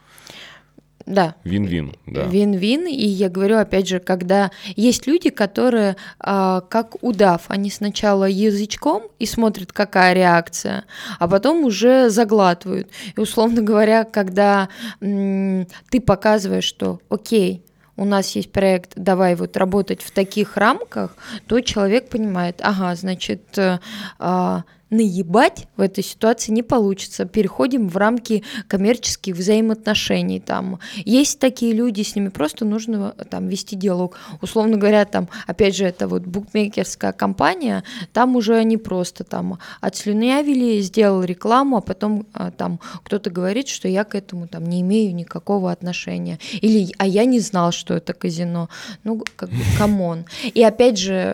Да. Вин-вин, да. Вин-вин, и я говорю, опять же, когда есть люди, которые, а, как удав, они сначала язычком и смотрят, какая реакция, а потом уже заглатывают. И, условно говоря, когда м- ты показываешь, что окей, у нас есть проект, давай вот работать в таких рамках, то человек понимает, ага, значит, а, наебать в этой ситуации не получится. Переходим в рамки коммерческих взаимоотношений. Там есть такие люди, с ними просто нужно там вести диалог. Условно говоря, там, опять же, это вот букмекерская компания, там уже они просто там отслюнявили, сделал рекламу, а потом там кто-то говорит, что я к этому там не имею никакого отношения. Или, а я не знал, что это казино. Ну, как бы, камон. И опять же,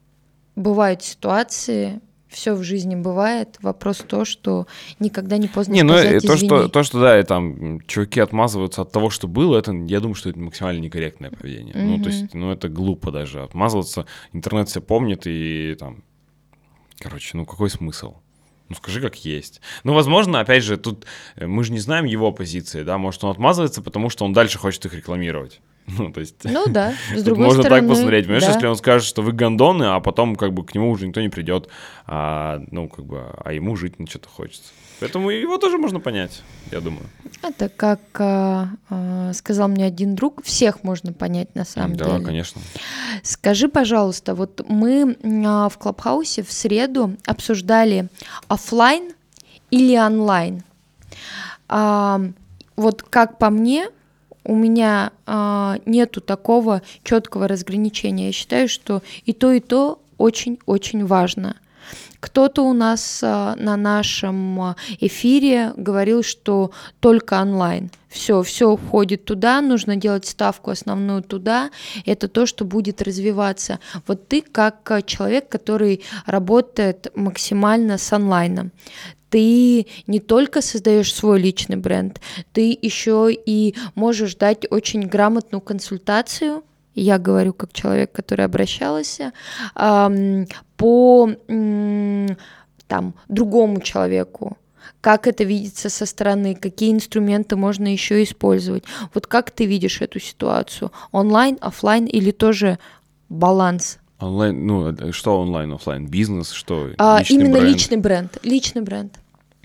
бывают ситуации, все в жизни бывает. Вопрос то, что никогда не поздно не, сказать ну, то, извини. что, то, что, да, и там чуваки отмазываются от того, что было, это, я думаю, что это максимально некорректное поведение. Mm-hmm. Ну, то есть, ну, это глупо даже отмазываться. Интернет все помнит, и там, короче, ну, какой смысл? Ну, скажи, как есть. Ну, возможно, опять же, тут мы же не знаем его позиции, да, может, он отмазывается, потому что он дальше хочет их рекламировать. Ну, то есть... Ну, да, с другой можно стороны... так посмотреть, понимаешь, да. если он скажет, что вы гондоны, а потом как бы к нему уже никто не придет, а, ну, как бы, а ему жить ну, что-то хочется. Поэтому его тоже можно понять, я думаю. Это как а, а, сказал мне один друг, всех можно понять на самом да, деле. Да, конечно. Скажи, пожалуйста, вот мы а, в Клабхаусе в среду обсуждали офлайн или онлайн. а, вот как по мне, у меня а, нету такого четкого разграничения. Я считаю, что и то, и то очень-очень важно. Кто-то у нас а, на нашем эфире говорил, что только онлайн. Все, все входит туда, нужно делать ставку основную туда. Это то, что будет развиваться. Вот ты как человек, который работает максимально с онлайном. Ты не только создаешь свой личный бренд, ты еще и можешь дать очень грамотную консультацию. Я говорю как человек, который обращался эм, по эм, там, другому человеку. Как это видится со стороны, какие инструменты можно еще использовать. Вот как ты видишь эту ситуацию? Онлайн, офлайн или тоже баланс? Онлайн, ну, что онлайн, офлайн? Бизнес, что? А, личный именно бренд? личный бренд. Личный бренд.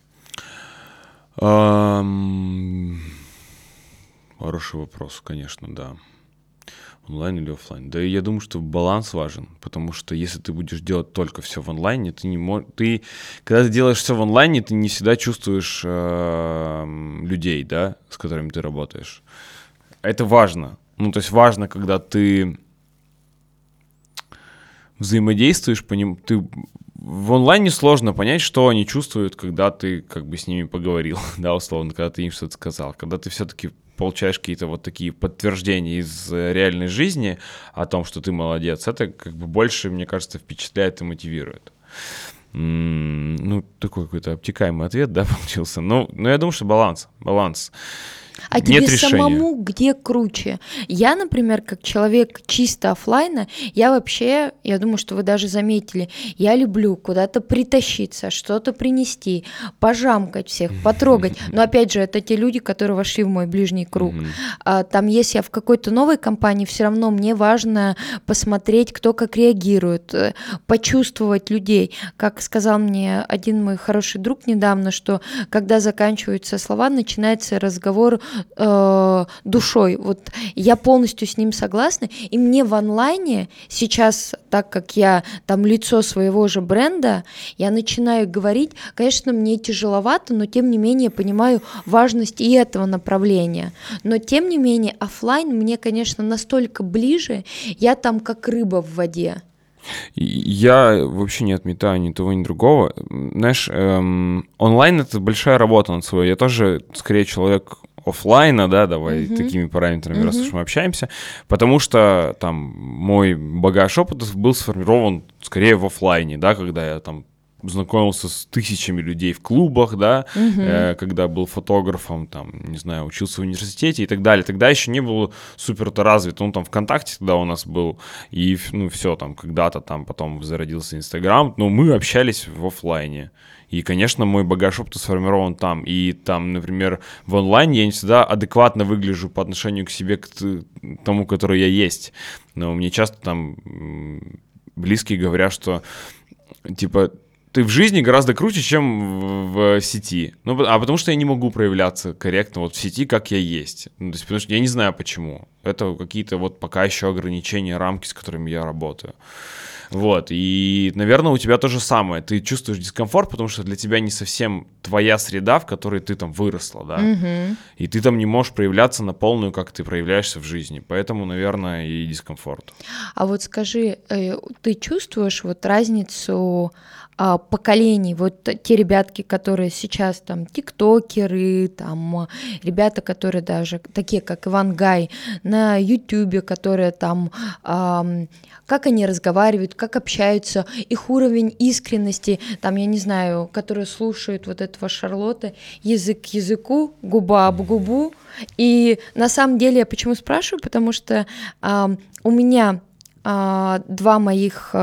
Um, хороший вопрос, конечно, да. Онлайн или офлайн? Да, я думаю, что баланс важен, потому что если ты будешь делать только все в онлайне, ты не можешь, ты, когда ты делаешь все в онлайне, ты не всегда чувствуешь э, людей, да, с которыми ты работаешь. Это важно. Ну, то есть важно, когда ты взаимодействуешь, по ним, ты в онлайне сложно понять, что они чувствуют, когда ты как бы с ними поговорил, да, условно, когда ты им что-то сказал, когда ты все-таки получаешь какие-то вот такие подтверждения из реальной жизни о том, что ты молодец, это как бы больше, мне кажется, впечатляет и мотивирует. М-м, ну, такой какой-то обтекаемый ответ, да, получился. Ну, но я думаю, что баланс, баланс. А Нет тебе решения. самому где круче? Я, например, как человек чисто офлайна, я вообще, я думаю, что вы даже заметили, я люблю куда-то притащиться, что-то принести, пожамкать всех, потрогать. Но опять же, это те люди, которые вошли в мой ближний круг. А, там, если я в какой-то новой компании, все равно мне важно посмотреть, кто как реагирует, почувствовать людей. Как сказал мне один мой хороший друг недавно, что когда заканчиваются слова, начинается разговор э, душой. Вот я полностью с ним согласна. И мне в онлайне сейчас, так как я там лицо своего же бренда, я начинаю говорить, конечно, мне тяжеловато, но тем не менее понимаю важность и этого направления. Но тем не менее офлайн мне, конечно, настолько ближе, я там как рыба в воде. Я вообще не отметаю ни того, ни другого. Знаешь, эм, онлайн — это большая работа над собой. Я тоже, скорее, человек офлайна, да, давай uh-huh. такими параметрами, uh-huh. раз уж мы общаемся, потому что там мой багаж опыта был сформирован скорее в офлайне, да, когда я там знакомился с тысячами людей в клубах, да, uh-huh. э, когда был фотографом, там, не знаю, учился в университете и так далее. Тогда еще не было супер-то развито. Ну, там ВКонтакте тогда у нас был, и, ну, все, там, когда-то там потом зародился Инстаграм, но мы общались в офлайне. И, конечно, мой багаж опыта сформирован там. И там, например, в онлайне я не всегда адекватно выгляжу по отношению к себе, к тому, который я есть. Но мне часто там близкие говорят, что, типа, ты в жизни гораздо круче, чем в, в сети. Ну, а потому что я не могу проявляться корректно вот в сети, как я есть. Ну, то есть, потому что я не знаю, почему. Это какие-то вот пока еще ограничения, рамки, с которыми я работаю. Вот, и, наверное, у тебя то же самое. Ты чувствуешь дискомфорт, потому что для тебя не совсем твоя среда, в которой ты там выросла, да, mm-hmm. и ты там не можешь проявляться на полную, как ты проявляешься в жизни. Поэтому, наверное, и дискомфорт. А вот скажи, ты чувствуешь вот разницу поколений, вот те ребятки, которые сейчас там тиктокеры, там ребята, которые даже такие, как Иван Гай, на ютубе, которые там, эм, как они разговаривают, как общаются, их уровень искренности, там, я не знаю, которые слушают вот этого Шарлотты, язык к языку, губа об губу, и на самом деле я почему спрашиваю, потому что эм, у меня два моих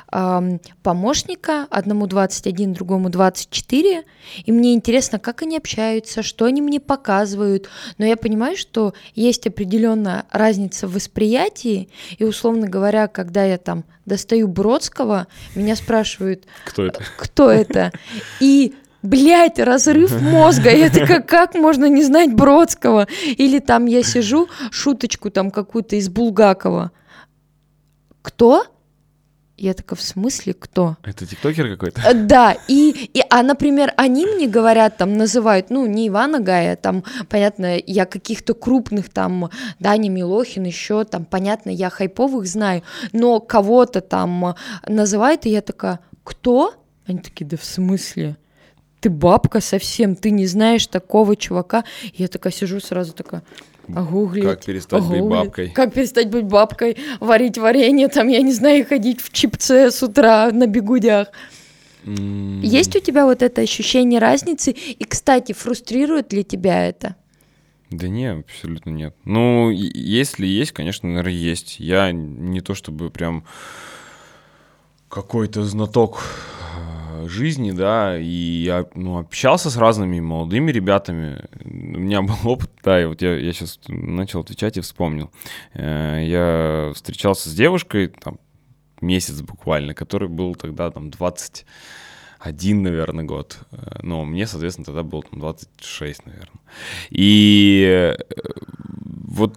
помощника, одному двадцать один, другому двадцать четыре, и мне интересно, как они общаются, что они мне показывают, но я понимаю, что есть определенная разница в восприятии, и, условно говоря, когда я там достаю Бродского, меня спрашивают, кто это? Кто это? И блять, разрыв мозга, я такая, как можно не знать Бродского? Или там я сижу, шуточку там какую-то из Булгакова, кто? Я такая, в смысле, кто? Это тиктокер какой-то? Да, и, и, а, например, они мне говорят, там, называют, ну, не Ивана Гая, там, понятно, я каких-то крупных, там, Даня Милохин, еще, там, понятно, я хайповых знаю, но кого-то там называют, и я такая, кто? Они такие, да в смысле? Ты бабка совсем, ты не знаешь такого чувака. И я такая сижу сразу такая, а гуглить. Как перестать а быть гуглить, бабкой. Как перестать быть бабкой, варить варенье, там, я не знаю, ходить в чипце с утра на бегудях. Mm. Есть у тебя вот это ощущение разницы? И, кстати, фрустрирует ли тебя это? Да нет, абсолютно нет. Ну, если есть, конечно, наверное, есть. Я не то чтобы прям какой-то знаток жизни, да, и я, ну, общался с разными молодыми ребятами. У меня был опыт, да, и вот я, я сейчас начал отвечать и вспомнил. Я встречался с девушкой, там, месяц буквально, который был тогда, там, двадцать один, наверное, год. Но мне, соответственно, тогда было, там, двадцать шесть, наверное. И вот...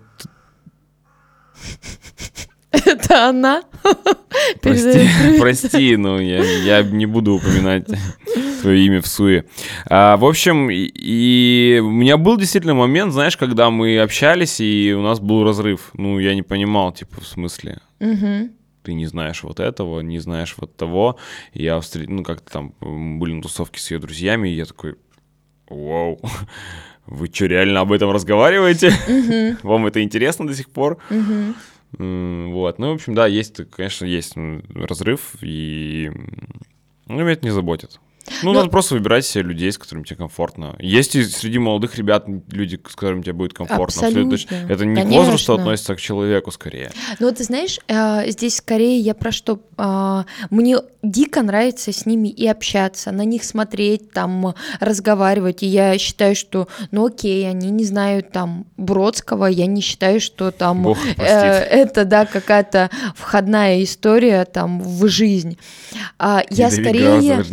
Это она? Прости, прости, но я, я не буду упоминать твое имя в суе. А, в общем, и, и у меня был действительно момент, знаешь, когда мы общались, и у нас был разрыв. Ну, я не понимал, типа, в смысле, угу. Ты не знаешь вот этого, не знаешь вот того. И я встретил, ну, как-то там были на тусовке с ее друзьями, и я такой, вау, вы что, реально об этом разговариваете? Угу. Вам это интересно до сих пор? Угу. Вот, ну, в общем, да, есть, конечно, есть разрыв, и ну, меня это не заботит. Ну, Но... надо просто выбирать себе людей, с которыми тебе комфортно. Есть и среди молодых ребят люди, с которыми тебе будет комфортно. Абсолютно. Это не Конечно. К возрасту относится, а к человеку скорее. Ну, ты знаешь, здесь скорее я про что... Мне дико нравится с ними и общаться, на них смотреть, там, разговаривать. И я считаю, что, ну, окей, они не знают, там, Бродского, я не считаю, что там... Бог э, это, да, какая-то входная история, там, в жизнь. А, я скорее...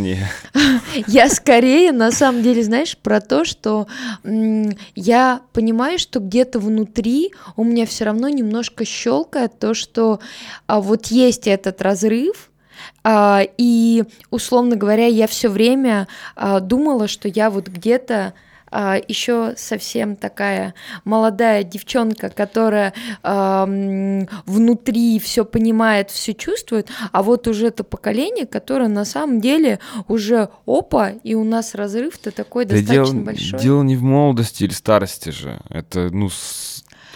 Я скорее, на самом деле, знаешь, про то, что м, я понимаю, что где-то внутри у меня все равно немножко щелкает то, что а, вот есть этот разрыв, а, и, условно говоря, я все время а, думала, что я вот где-то Uh, еще совсем такая молодая девчонка, которая uh, внутри все понимает, все чувствует, а вот уже это поколение, которое на самом деле уже опа, и у нас разрыв-то такой да достаточно дело, большой. Дело не в молодости или старости же, это, ну, с...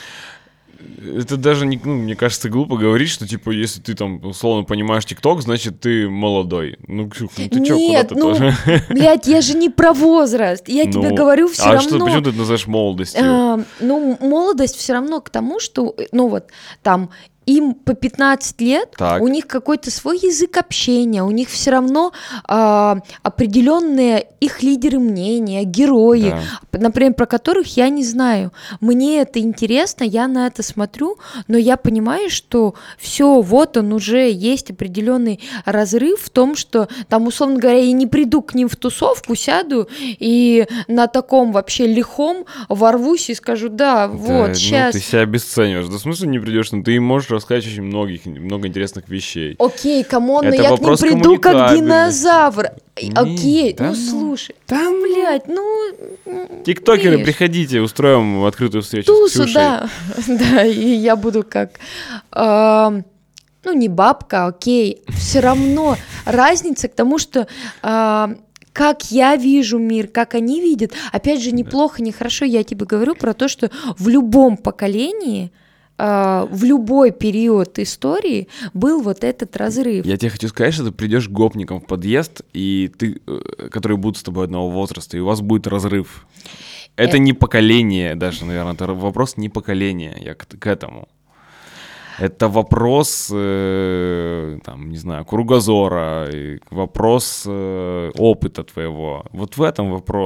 это даже, не, ну, мне кажется, глупо говорить, что, типа, если ты там, условно, понимаешь ТикТок, значит, ты молодой. Ну, Ксюх, ну ты чё, куда ты ну, тоже? Блядь, я же не про возраст. Я ну, тебе говорю все а равно... А что, почему ты это называешь молодостью? Э, ну, молодость все равно к тому, что, ну, вот, там... Им по пятнадцать лет, так. У них какой-то свой язык общения, у них все равно э, определенные их лидеры мнения, герои, да. Например, про которых я не знаю. Мне это интересно, я на это смотрю, но я понимаю, что все, вот он уже есть определенный разрыв в том, что там, условно говоря, я не приду к ним в тусовку, сяду и на таком вообще лихом ворвусь и скажу, да, вот, да, сейчас. Ну, ты себя обесцениваешь. Да, в смысле не придешь, но ты им можешь рассказать очень многих, много интересных вещей. Окей, камон, но я к ним приду как динозавр. Нет, Окей, да ну, ну слушай, да, блядь, ну... Тиктокеры, видишь? Приходите, устроим открытую встречу Тусу, с Ксюшей. да, да, и я буду как... Э, ну, не бабка, окей, все равно разница к тому, что... Э, как я вижу мир, как они видят. Опять же, неплохо, нехорошо, я тебе говорю про то, что в любом поколении... в любой период истории был вот этот разрыв. Я тебе хочу сказать, что ты придешь к гопникам в подъезд, и ты, которые будут с тобой одного возраста, и у вас будет разрыв. Это, это... не поколение даже, наверное, это вопрос не поколения, я к, к этому. Это вопрос, э, там, не знаю, кругозора, вопрос э, опыта твоего. Вот в этом вопрос.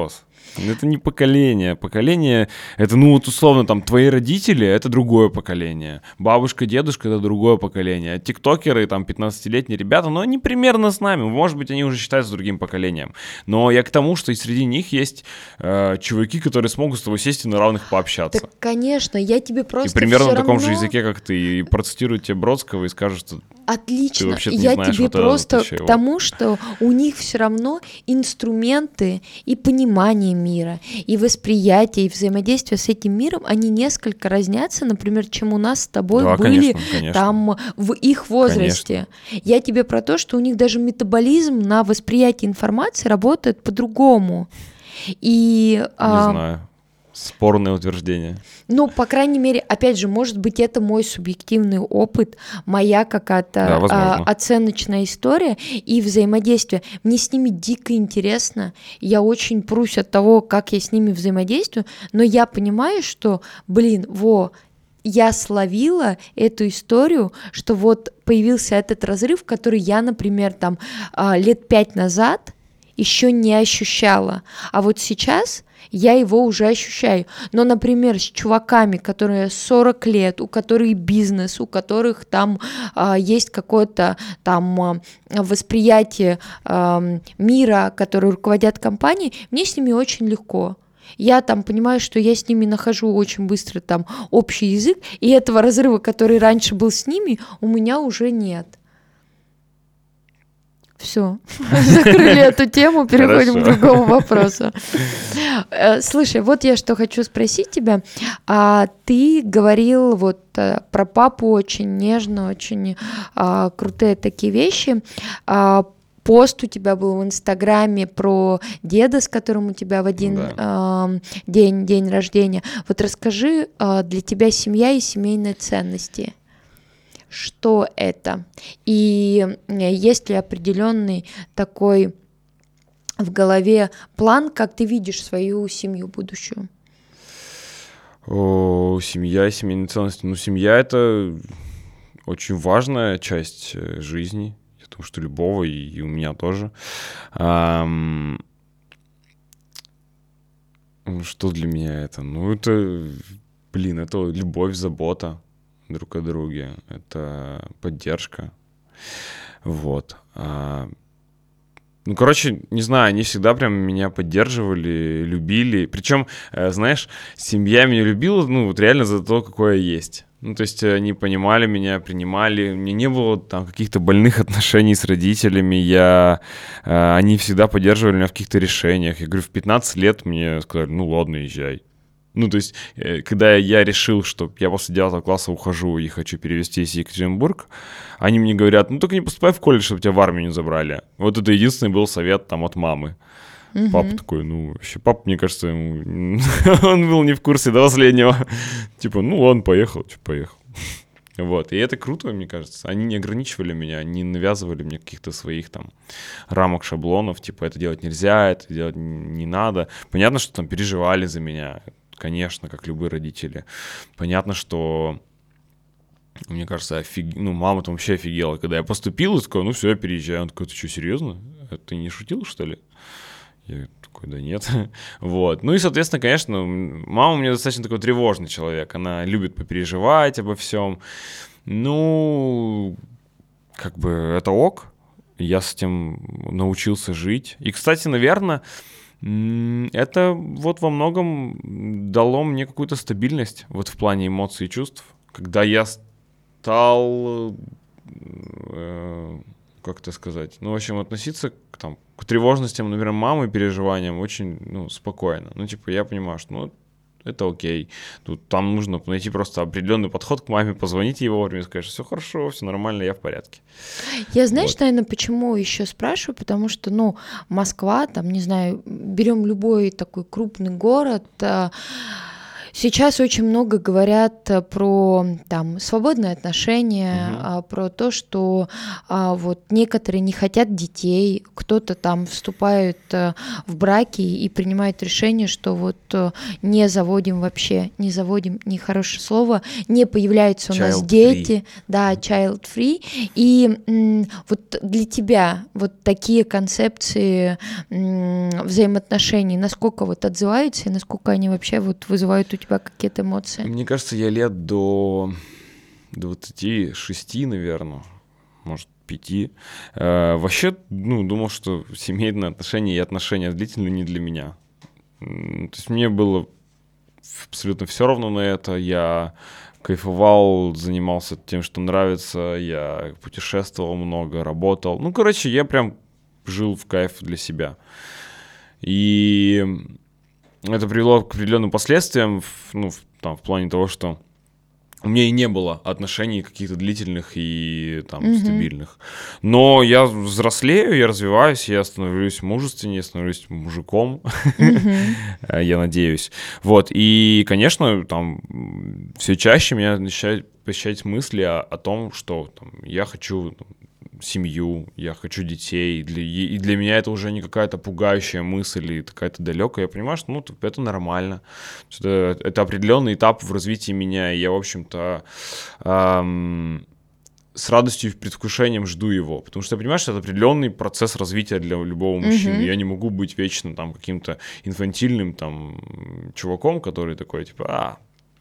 Это не поколение. Поколение — это, ну, вот условно, там, твои родители — это другое поколение. Бабушка, дедушка — это другое поколение. Тиктокеры, там, пятнадцатилетние ребята, ну, они примерно с нами. Может быть, они уже считаются другим поколением. Но я к тому, что и среди них есть э, чуваки, которые смогут с тобой сесть и на равных пообщаться. Так, конечно, я тебе просто И примерно всё на таком равно... же языке, как ты, и процитируют тебе Бродского и скажут, что... Отлично. Ты Я знаешь, тебе вот просто это, к тому, что у них все равно инструменты и понимание мира, и восприятие, и взаимодействие с этим миром, они несколько разнятся, например, чем у нас с тобой да, были конечно, конечно. там в их возрасте. Конечно. Я тебе про то, что у них даже метаболизм на восприятие информации работает по-другому. И, Не а... знаю. Спорное утверждение. Ну, по крайней мере, опять же, может быть, это мой субъективный опыт, моя какая-то да, а, оценочная история и взаимодействие. Мне с ними дико интересно, я очень прусь от того, как я с ними взаимодействую, но я понимаю, что, блин, во, я словила эту историю, что вот появился этот разрыв, который я, например, там лет пять назад еще не ощущала, а вот сейчас я его уже ощущаю. Но, например, с чуваками, которые сорок лет, у которых бизнес, у которых там а, есть какое-то там а, восприятие а, мира, которые руководят компанией, мне с ними очень легко. Я там понимаю, что я с ними нахожу очень быстро там общий язык, и этого разрыва, который раньше был с ними, у меня уже нет. Все, закрыли эту тему, переходим Хорошо. К другому вопросу. Слушай, вот я что хочу спросить тебя. А ты говорил вот про папу очень нежно, очень а, крутые такие вещи. А, пост у тебя был в Инстаграме про деда, с которым у тебя в один да. э, день, день рождения. Вот расскажи, э, для тебя семья и семейные ценности. Что это? И есть ли определенный такой в голове план, как ты видишь свою семью будущую? О, семья и семейные ценности. Ну, семья — это очень важная часть жизни. Я думаю, что любого, и, и у меня тоже. Ам... Что для меня это? Ну, это, блин, это любовь, забота друг о друге, это поддержка, вот. А, ну, короче, не знаю, они всегда прям меня поддерживали, любили, причем, знаешь, семья меня любила, ну, вот реально за то, какое я есть. Ну, то есть они понимали меня, принимали, у меня не было там каких-то больных отношений с родителями, я, они всегда поддерживали меня в каких-то решениях. Я говорю, в пятнадцать лет мне сказали, ну, ладно, езжай. Ну, то есть, когда я решил, что я после девятого класса ухожу и хочу перевестись в Екатеринбург, они мне говорят, ну, только не поступай в колледж, чтобы тебя в армию не забрали. Вот это единственный был совет там от мамы. Uh-huh. Папа такой, ну, вообще, папа, мне кажется, ему... он был не в курсе до последнего. Типа, ну, ладно, поехал, что поехал. Вот, и это круто, мне кажется. Они не ограничивали меня, не навязывали мне каких-то своих там рамок, шаблонов, типа, это делать нельзя, это делать не надо. Понятно, что там переживали за меня. Конечно, как любые родители. Понятно, что, мне кажется, офиг... ну, мама там вообще офигела. Когда я поступил, и такой, ну все, я переезжаю. Он такой, ты что, серьезно? Ты не шутил, что ли? Я такой, да нет. Вот. Ну и, соответственно, конечно, мама у меня достаточно такой тревожный человек. Она любит попереживать обо всем. Ну, как бы это ок. Я с этим научился жить. И, кстати, наверное... это вот во многом дало мне какую-то стабильность вот в плане эмоций и чувств, когда я стал, э, как это сказать, ну, в общем, относиться к, там, к тревожностям, наверное, мамы, переживаниям очень, ну, спокойно. Ну, типа, я понимаю, что, ну, это окей. Тут там нужно найти просто определенный подход к маме, позвонить ей вовремя и сказать, что все хорошо, все нормально, я в порядке. Я, знаешь, вот. Наверное, почему еще спрашиваю, потому что, ну, Москва, там, не знаю, берем любой такой крупный город, Сейчас очень много говорят про там свободные отношения, Мгм. а, про то, что а, вот некоторые не хотят детей, кто-то там вступает а, в браки и принимает решение, что вот а, не заводим вообще, не заводим, нехорошее слово, не появляются у нас Child дети, да, child free. И м, вот для тебя вот такие концепции м, взаимоотношений, насколько вот отзываются и насколько они вообще вот вызывают у тебя какие-то эмоции? Мне кажется, я лет до двадцати шести, наверное, может, пяти, э, вообще, ну, думал, что семейные отношения и отношения длительные не для меня. М, То есть мне было абсолютно все равно на это. Я кайфовал, занимался тем, что нравится. Я путешествовал много, работал. Ну, короче, я прям жил в кайф для себя. И это привело к определенным последствиям, в- ну, в, там, в плане того, что у меня и не было отношений каких-то длительных и там Мгм. стабильных. Но я взрослею, я развиваюсь, я становлюсь мужественнее, становлюсь мужиком, Мгм. э, я надеюсь. Вот, и, конечно, там все чаще меня начинают посещать мысли о, о том, что там, я хочу там, семью, я хочу детей, для- и и для меня это уже не какая-то пугающая мысль или какая-то далекая. Я понимаю, что ну, т- это нормально. Что Это, это определенный этап в развитии меня, и я, в общем-то, ам, с радостью и предвкушением жду его, потому что я понимаю, что это определенный процесс развития для любого мужчины. Мгм. Я не могу быть вечно там каким-то инфантильным там чуваком, который такой типа, а,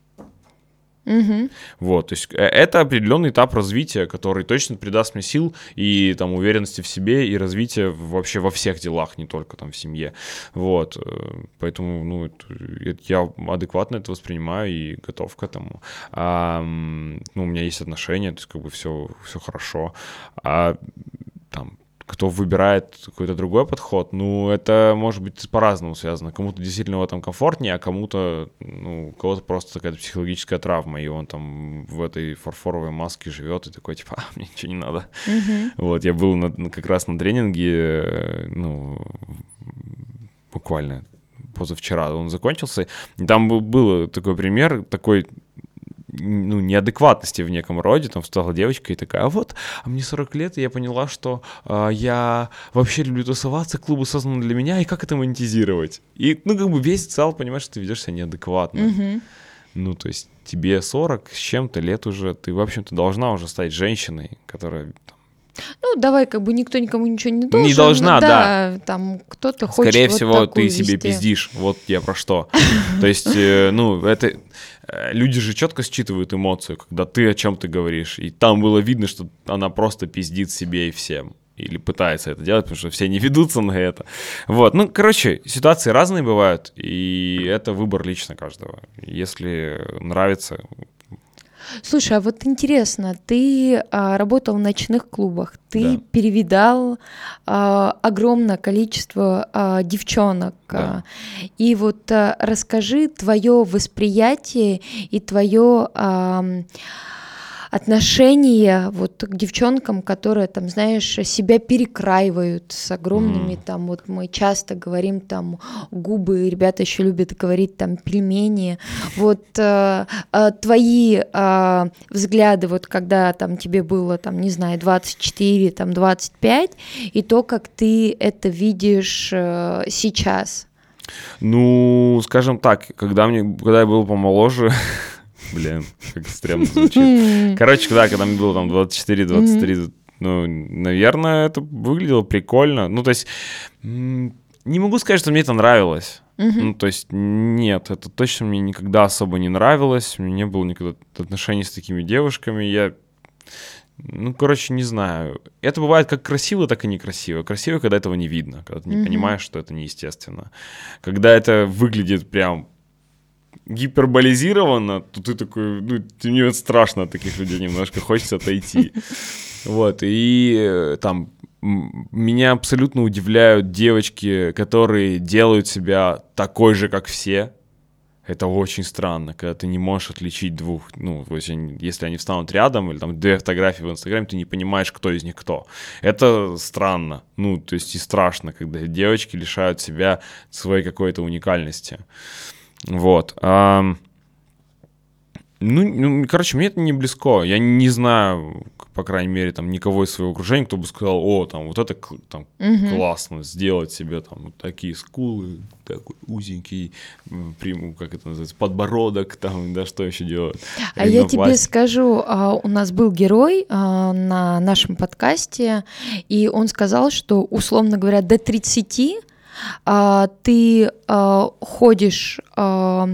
Мгм. вот, то есть э, это определенный этап развития, который точно придаст мне сил и там уверенности в себе и развития вообще во всех делах, не только там в семье. Вот, э, поэтому, ну, это- это я адекватно это воспринимаю и готов к этому. А, м, ну, у меня есть отношения, то есть как бы все, все хорошо. А там кто выбирает какой-то другой подход, ну, это может быть по-разному связано. Кому-то действительно в этом комфортнее, а кому-то, ну, у кого-то просто какая-то психологическая травма, и он там в этой фарфоровой маске живет и такой, типа, а, мне ничего не надо. Мгм. Вот, я был на- на- как раз на тренинге, э, ну, буквально позавчера он закончился, и там был, был такой пример, такой ну, неадекватности в неком роде, там встала девочка и такая, а вот, а мне сорок лет, и я поняла, что а, я вообще люблю тусоваться, клубы созданы для меня, и как это монетизировать? И, ну, как бы весь зал понимает, что ты ведешь себя неадекватно. Мгм. Ну, то есть тебе сорок с чем-то лет уже, ты, в общем-то, должна уже стать женщиной, которая там, Ну, давай, как бы никто никому ничего не должен. не должна, да. Да, там кто-то хочет Скорее вот всего, такую ты себе вести. пиздишь. Вот я про что. То есть, э, ну, это... э, Люди же четко считывают эмоцию, когда ты о чем-то говоришь. И там было видно, что она просто пиздит себе и всем. Или пытается это делать, потому что все не ведутся на это. Вот. Ну, короче, ситуации разные бывают. И это выбор лично каждого. Если нравится... Слушай, а вот интересно, ты а, работал в ночных клубах, ты Да. перевидал а, огромное количество а, девчонок. Да. а, и вот а, расскажи твое восприятие и твое ам, отношение вот к девчонкам, которые там, знаешь, себя перекраивают с огромными Мгм. там, вот мы часто говорим там губы, ребята еще любят говорить там пельмени. Вот э, э, твои э, взгляды, вот когда там тебе было там, не знаю, двадцать четыре, там двадцать пять, и то, как ты это видишь э, сейчас. Ну, скажем так, когда, мне, когда я был помоложе... Блин, как стрёмно звучит. Короче, да, когда мне было там двадцать четыре двадцать три, ну, наверное, это выглядело прикольно. Ну, то есть, м, не могу сказать, что мне это нравилось. Ну, то есть, нет, это точно мне никогда особо не нравилось. У меня не было никогда отношений с такими девушками. Я, ну, короче, не знаю. Это бывает как красиво, так и некрасиво. Красиво, когда этого не видно, когда ты не Мгм. понимаешь, что это неестественно. Когда это выглядит прям гиперболизировано, то ты такой, ну, мне вот страшно от таких людей немножко, хочется отойти. Вот, и э, там м, меня абсолютно удивляют девочки, которые делают себя такой же, как все. Это очень странно, когда ты не можешь отличить двух, ну, то есть они- если они встанут рядом, или там две фотографии в Инстаграме, ты не понимаешь, кто из них кто. Это странно, ну, то есть и страшно, когда девочки лишают себя своей какой-то уникальности. Вот. ам, Ну, ну, короче, мне это не близко. Я не знаю, по крайней мере, там, никого из своего окружения, кто бы сказал, о, там, вот это там, Мгм. классно, сделать себе там вот такие скулы, такой узенький, м, приму, как это называется, подбородок, там, да, что еще делать? А я тебе Ринопластику. скажу, а, у нас был герой а, на нашем подкасте, и он сказал, что, условно говоря, до тридцати а, ты а, ходишь а,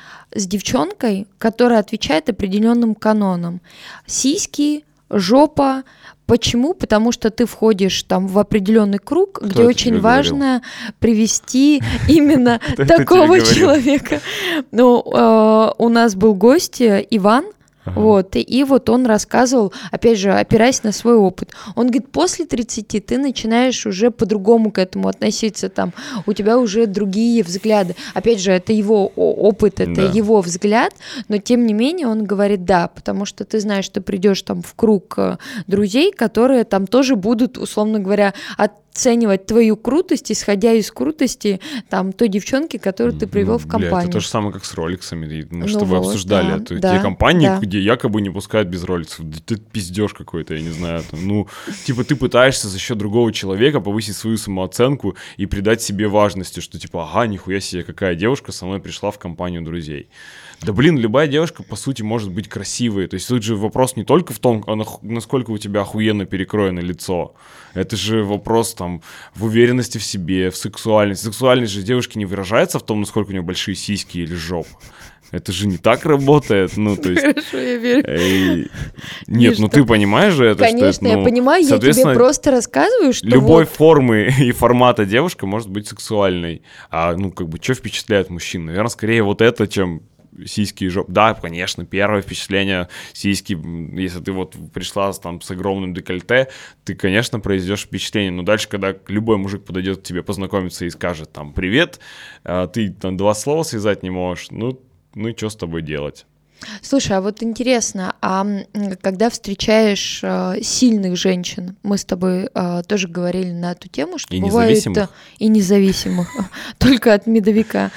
с девчонкой, которая отвечает определенным канонам. Сиськи, жопа. Почему? Потому что ты входишь там в определенный круг, где это очень тебе важно привести именно Кто это тебе такого говорил? человека. Ну, э, у нас был гость э, Иван, Ага. вот, и, и вот он рассказывал, опять же, опираясь на свой опыт. Он говорит, после тридцати ты начинаешь уже по-другому к этому относиться, там, у тебя уже другие взгляды. Опять же, это его о- опыт, это Да. его взгляд, но тем не менее он говорит, да, потому что ты знаешь, что придешь там в круг э, друзей, которые там тоже будут, условно говоря, оценивать твою крутость, исходя из крутости там той девчонки, которую ты привел Ну, в бля, компанию. это то же самое, как с роликсами. И Мы Ну с тобой вот, обсуждали да, это. да, Те компании, да. где якобы не пускают без роликсов. Да ты пиздешь какой-то, я не знаю. Там, ну, типа ты пытаешься за счет другого человека повысить свою самооценку и придать себе важности, что типа, ага, нихуя себе, какая девушка со мной пришла в компанию друзей. Да блин, любая девушка, по сути, может быть красивой. То есть тут же вопрос не только в том, а нах- насколько у тебя охуенно перекроено лицо. Это же вопрос там в уверенности в себе, в сексуальности. Сексуальность же девушки не выражается в том, насколько у нее большие сиськи или жопа. Это же не так работает. Ну, то есть... Хорошо, я верю. эй, Миш, Нет, ну да. ты понимаешь же это, что это, Конечно, я ну, понимаю, я тебе соответственно, просто рассказываю, что любой вот формы и формата девушка может быть сексуальной. А, ну, как бы, что впечатляет мужчин? Наверное, скорее вот это, чем сиськи и жопа. Да, конечно, первое впечатление сиськи, м, если ты вот пришла с, там, с огромным декольте, ты, конечно, произведешь впечатление. Но дальше, когда любой мужик подойдет к тебе познакомиться и скажет там «привет», а ты там два слова связать не можешь, ну, ну и что с тобой делать? Слушай, а вот интересно, а м, когда встречаешь э, сильных женщин, мы с тобой э, тоже говорили на эту тему, что И бывает независимых? э, и независимых, только от медовика.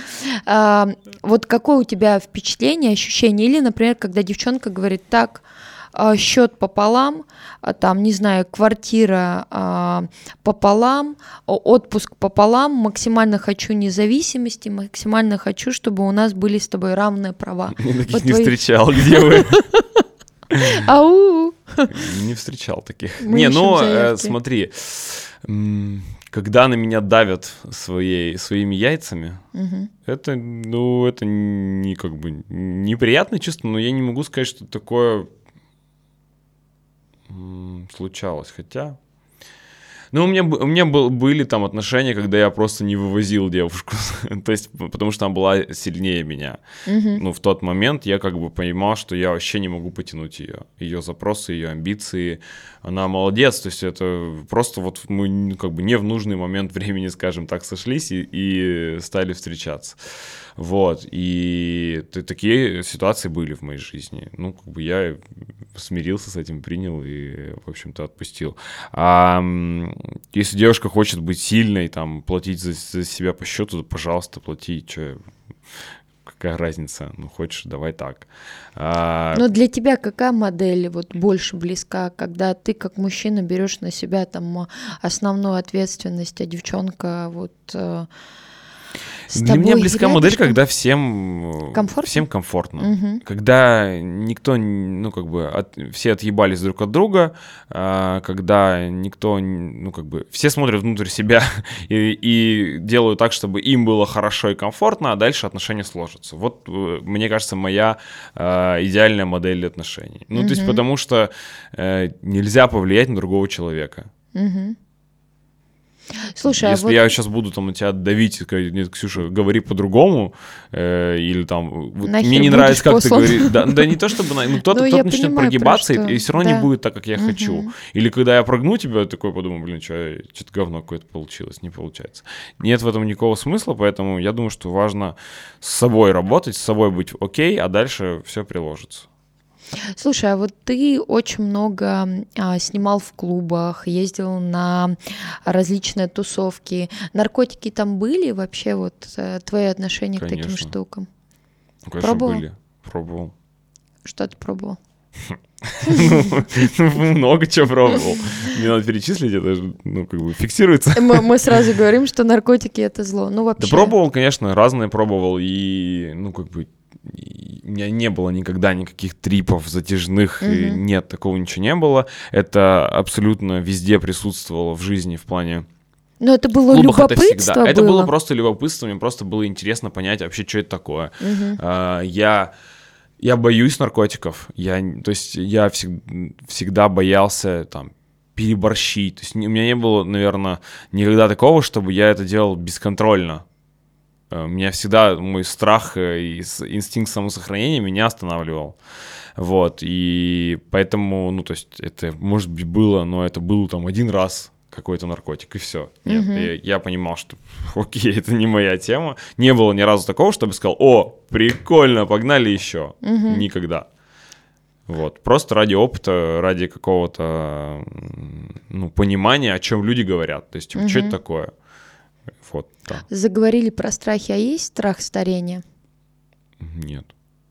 А, Вот какое у тебя впечатление, ощущение? Или, например, когда девчонка говорит так, а, счет пополам, а, там, не знаю, квартира а, пополам, о- отпуск пополам, максимально хочу независимости, максимально хочу, чтобы у нас были с тобой равные права. Я таких Вот не твои- встречал, где вы? Ау! Не встречал таких. Мы Не, ищем ну, э, заявки. смотри, м, когда на меня давят своей, своими яйцами, Мгм. это, ну, это не как бы неприятное чувство, но я не могу сказать, что такое м, случалось. Хотя, ну, у меня, б- у меня был, были там отношения, когда я просто не вывозил девушку, то есть, п- потому что она была сильнее меня. Мгм. Ну, в тот момент я как бы понимал, что я вообще не могу потянуть ее. Ее запросы, ее амбиции. Она молодец, то есть это просто вот мы ну, как бы не в нужный момент времени, скажем так, сошлись и, и стали встречаться. Вот, и т- такие ситуации были в моей жизни. Ну, как бы я смирился с этим, принял и, в общем-то, отпустил. А м, если девушка хочет быть сильной, там, платить за, за себя по счету, то, пожалуйста, плати, что какая разница? Ну, хочешь, давай так. А, Но для тебя какая модель вот больше близка, когда ты как мужчина берешь на себя там а, основную ответственность, а девчонка вот э, с Для меня тобой близка модель, рядышком? когда всем Комфортно? всем комфортно. Мгм. Когда никто, ну, как бы, от- все отъебались друг от друга, а, когда никто, ну, как бы, все смотрят внутрь себя и, и делают так, чтобы им было хорошо и комфортно, а дальше отношения сложатся. Вот, э, мне кажется, моя а, идеальная модель отношений. Ну, то есть, Мгм. потому что э, нельзя повлиять на другого человека. Мгм. Слушай, Если а вот я сейчас буду там на тебя давить и сказать, нет, Ксюша, говори по-другому, э, или там, вот Нахер мне не будешь нравится, как послан. ты говоришь, да, да не то чтобы, на- ну кто-то Ну, кто я начнет понимаю, прогибаться, про что. и, и все равно Да. не будет так, как я Мгм. хочу. Или когда я прогну тебя, я такой подумаю, блин, что, что-то говно какое-то получилось, не получается. Нет в этом никакого смысла, поэтому я думаю, что важно с собой работать, с собой быть окей, а дальше все приложится. Слушай, а вот ты очень много а, снимал в клубах, ездил на различные тусовки. Наркотики там были вообще? Вот э, твои отношения к таким Конечно. штукам? Ну, конечно, Пробовал? были, пробовал. Что ты пробовал? Ну, много чего пробовал. Мне надо перечислить, это ну, как бы фиксируется. Мы, мы сразу говорим, что наркотики — это зло. Ну, вообще. Да пробовал, конечно, разные пробовал. И, ну, как бы, у меня не было никогда никаких трипов затяжных. Угу. И нет, такого ничего не было. Это абсолютно везде присутствовало в жизни в плане... Но это было любопытство это всегда. Это было. было просто любопытство, мне просто было интересно понять вообще, что это такое. Угу. А, я... Я боюсь наркотиков, я, то есть я всег, всегда боялся там переборщить, то есть у меня не было, наверное, никогда такого, чтобы я это делал бесконтрольно. У меня всегда мой страх и инстинкт самосохранения меня останавливал, вот, и поэтому, ну, то есть это, может быть, было, но это было там один раз какой-то наркотик, и все. Нет, uh-huh. я, я понимал, что окей, это не моя тема. Не было ни разу такого, чтобы сказал, о, прикольно, погнали еще. Uh-huh. Никогда. Вот. Просто ради опыта, ради какого-то ну, понимания, о чем люди говорят. То есть, uh-huh. что это такое? Вот, да. Заговорили про страхи, а есть страх старения? Нет.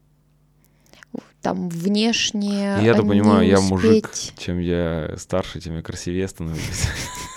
Там внешне Я-то не понимаю, я успеть... мужик, чем я старше, тем я красивее становлюсь.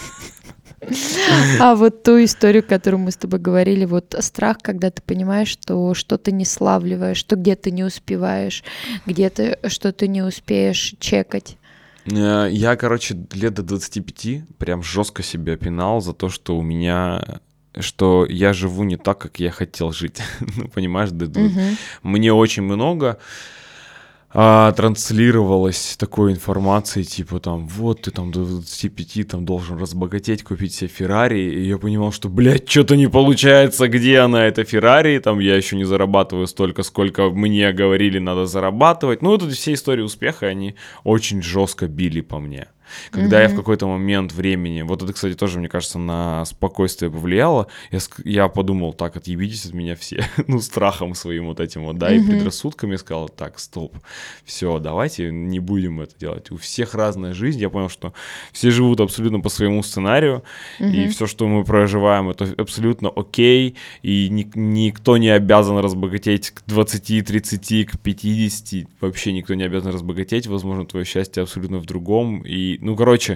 А вот ту историю, которую мы с тобой говорили, вот страх, когда ты понимаешь, что что-то не славливаешь, что где-то не успеваешь, где-то что-то не успеешь чекать. Я, короче, лет до двадцати пяти прям жестко себя пинал за то, что у меня... что я живу не так, как я хотел жить. Ну, понимаешь, да, uh-huh. мне очень много а, транслировалось такой информации, типа там, вот ты там до двадцати пяти там должен разбогатеть, купить себе Феррари, и я понимал, что, блядь, что-то не получается, где она, эта Феррари, там я еще не зарабатываю столько, сколько мне говорили, надо зарабатывать. Ну, вот эти все истории успеха, они очень жестко били по мне. Когда mm-hmm. я в какой-то момент времени, вот это, кстати, тоже, мне кажется, на спокойствие повлияло, я, я подумал, так, отъебитесь от меня все, ну, страхом своим вот этим вот, да, mm-hmm. и предрассудками, сказал, так, стоп, все, давайте не будем это делать. У всех разная жизнь, я понял, что все живут абсолютно по своему сценарию, mm-hmm. и все, что мы проживаем, это абсолютно окей, и ни, никто не обязан разбогатеть к двадцати, тридцати, к пятидесяти, вообще никто не обязан разбогатеть, возможно, твое счастье абсолютно в другом, и ну, короче,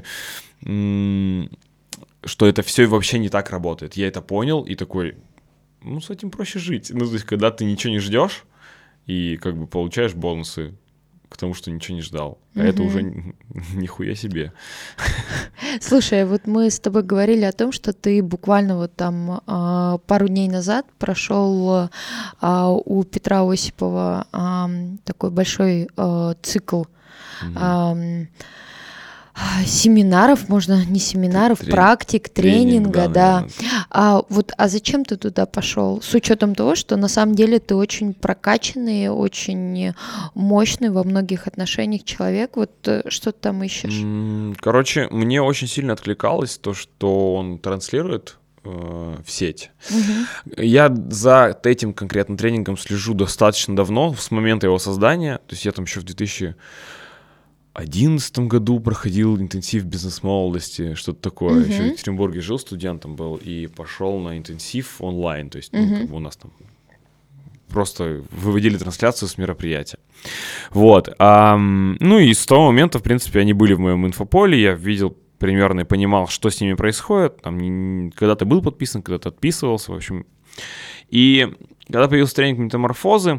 что это все вообще не так работает. Я это понял и такой, ну, с этим проще жить. Ну, то есть, когда ты ничего не ждешь и как бы получаешь бонусы к тому, что ничего не ждал. А mm-hmm. это уже нихуя себе. Слушай, вот мы с тобой говорили о том, что ты буквально вот там пару дней назад прошел у Петра Осипова такой большой цикл mm-hmm. семинаров, можно не семинаров, Трен... практик, тренинга, Тренинг, да. да. А вот, а зачем ты туда пошел? С учетом того, что на самом деле ты очень прокачанный, очень мощный во многих отношениях человек. Вот что ты там ищешь? Короче, мне очень сильно откликалось то, что он транслирует э, в сеть. Угу. Я за этим конкретно тренингом слежу достаточно давно, с момента его создания. То есть я там еще в две тысячи одиннадцатом году проходил интенсив бизнес-молодости, что-то такое. Uh-huh. Еще в Екатеринбурге жил, студентом был, и пошел на интенсив онлайн. То есть uh-huh. ну, как бы у нас там просто выводили трансляцию с мероприятия. Вот. А, ну и с того момента, в принципе, они были в моем инфополе, я видел примерно и понимал, что с ними происходит. Там, когда ты был подписан, когда ты отписывался, в общем. И когда появился тренинг метаморфозы,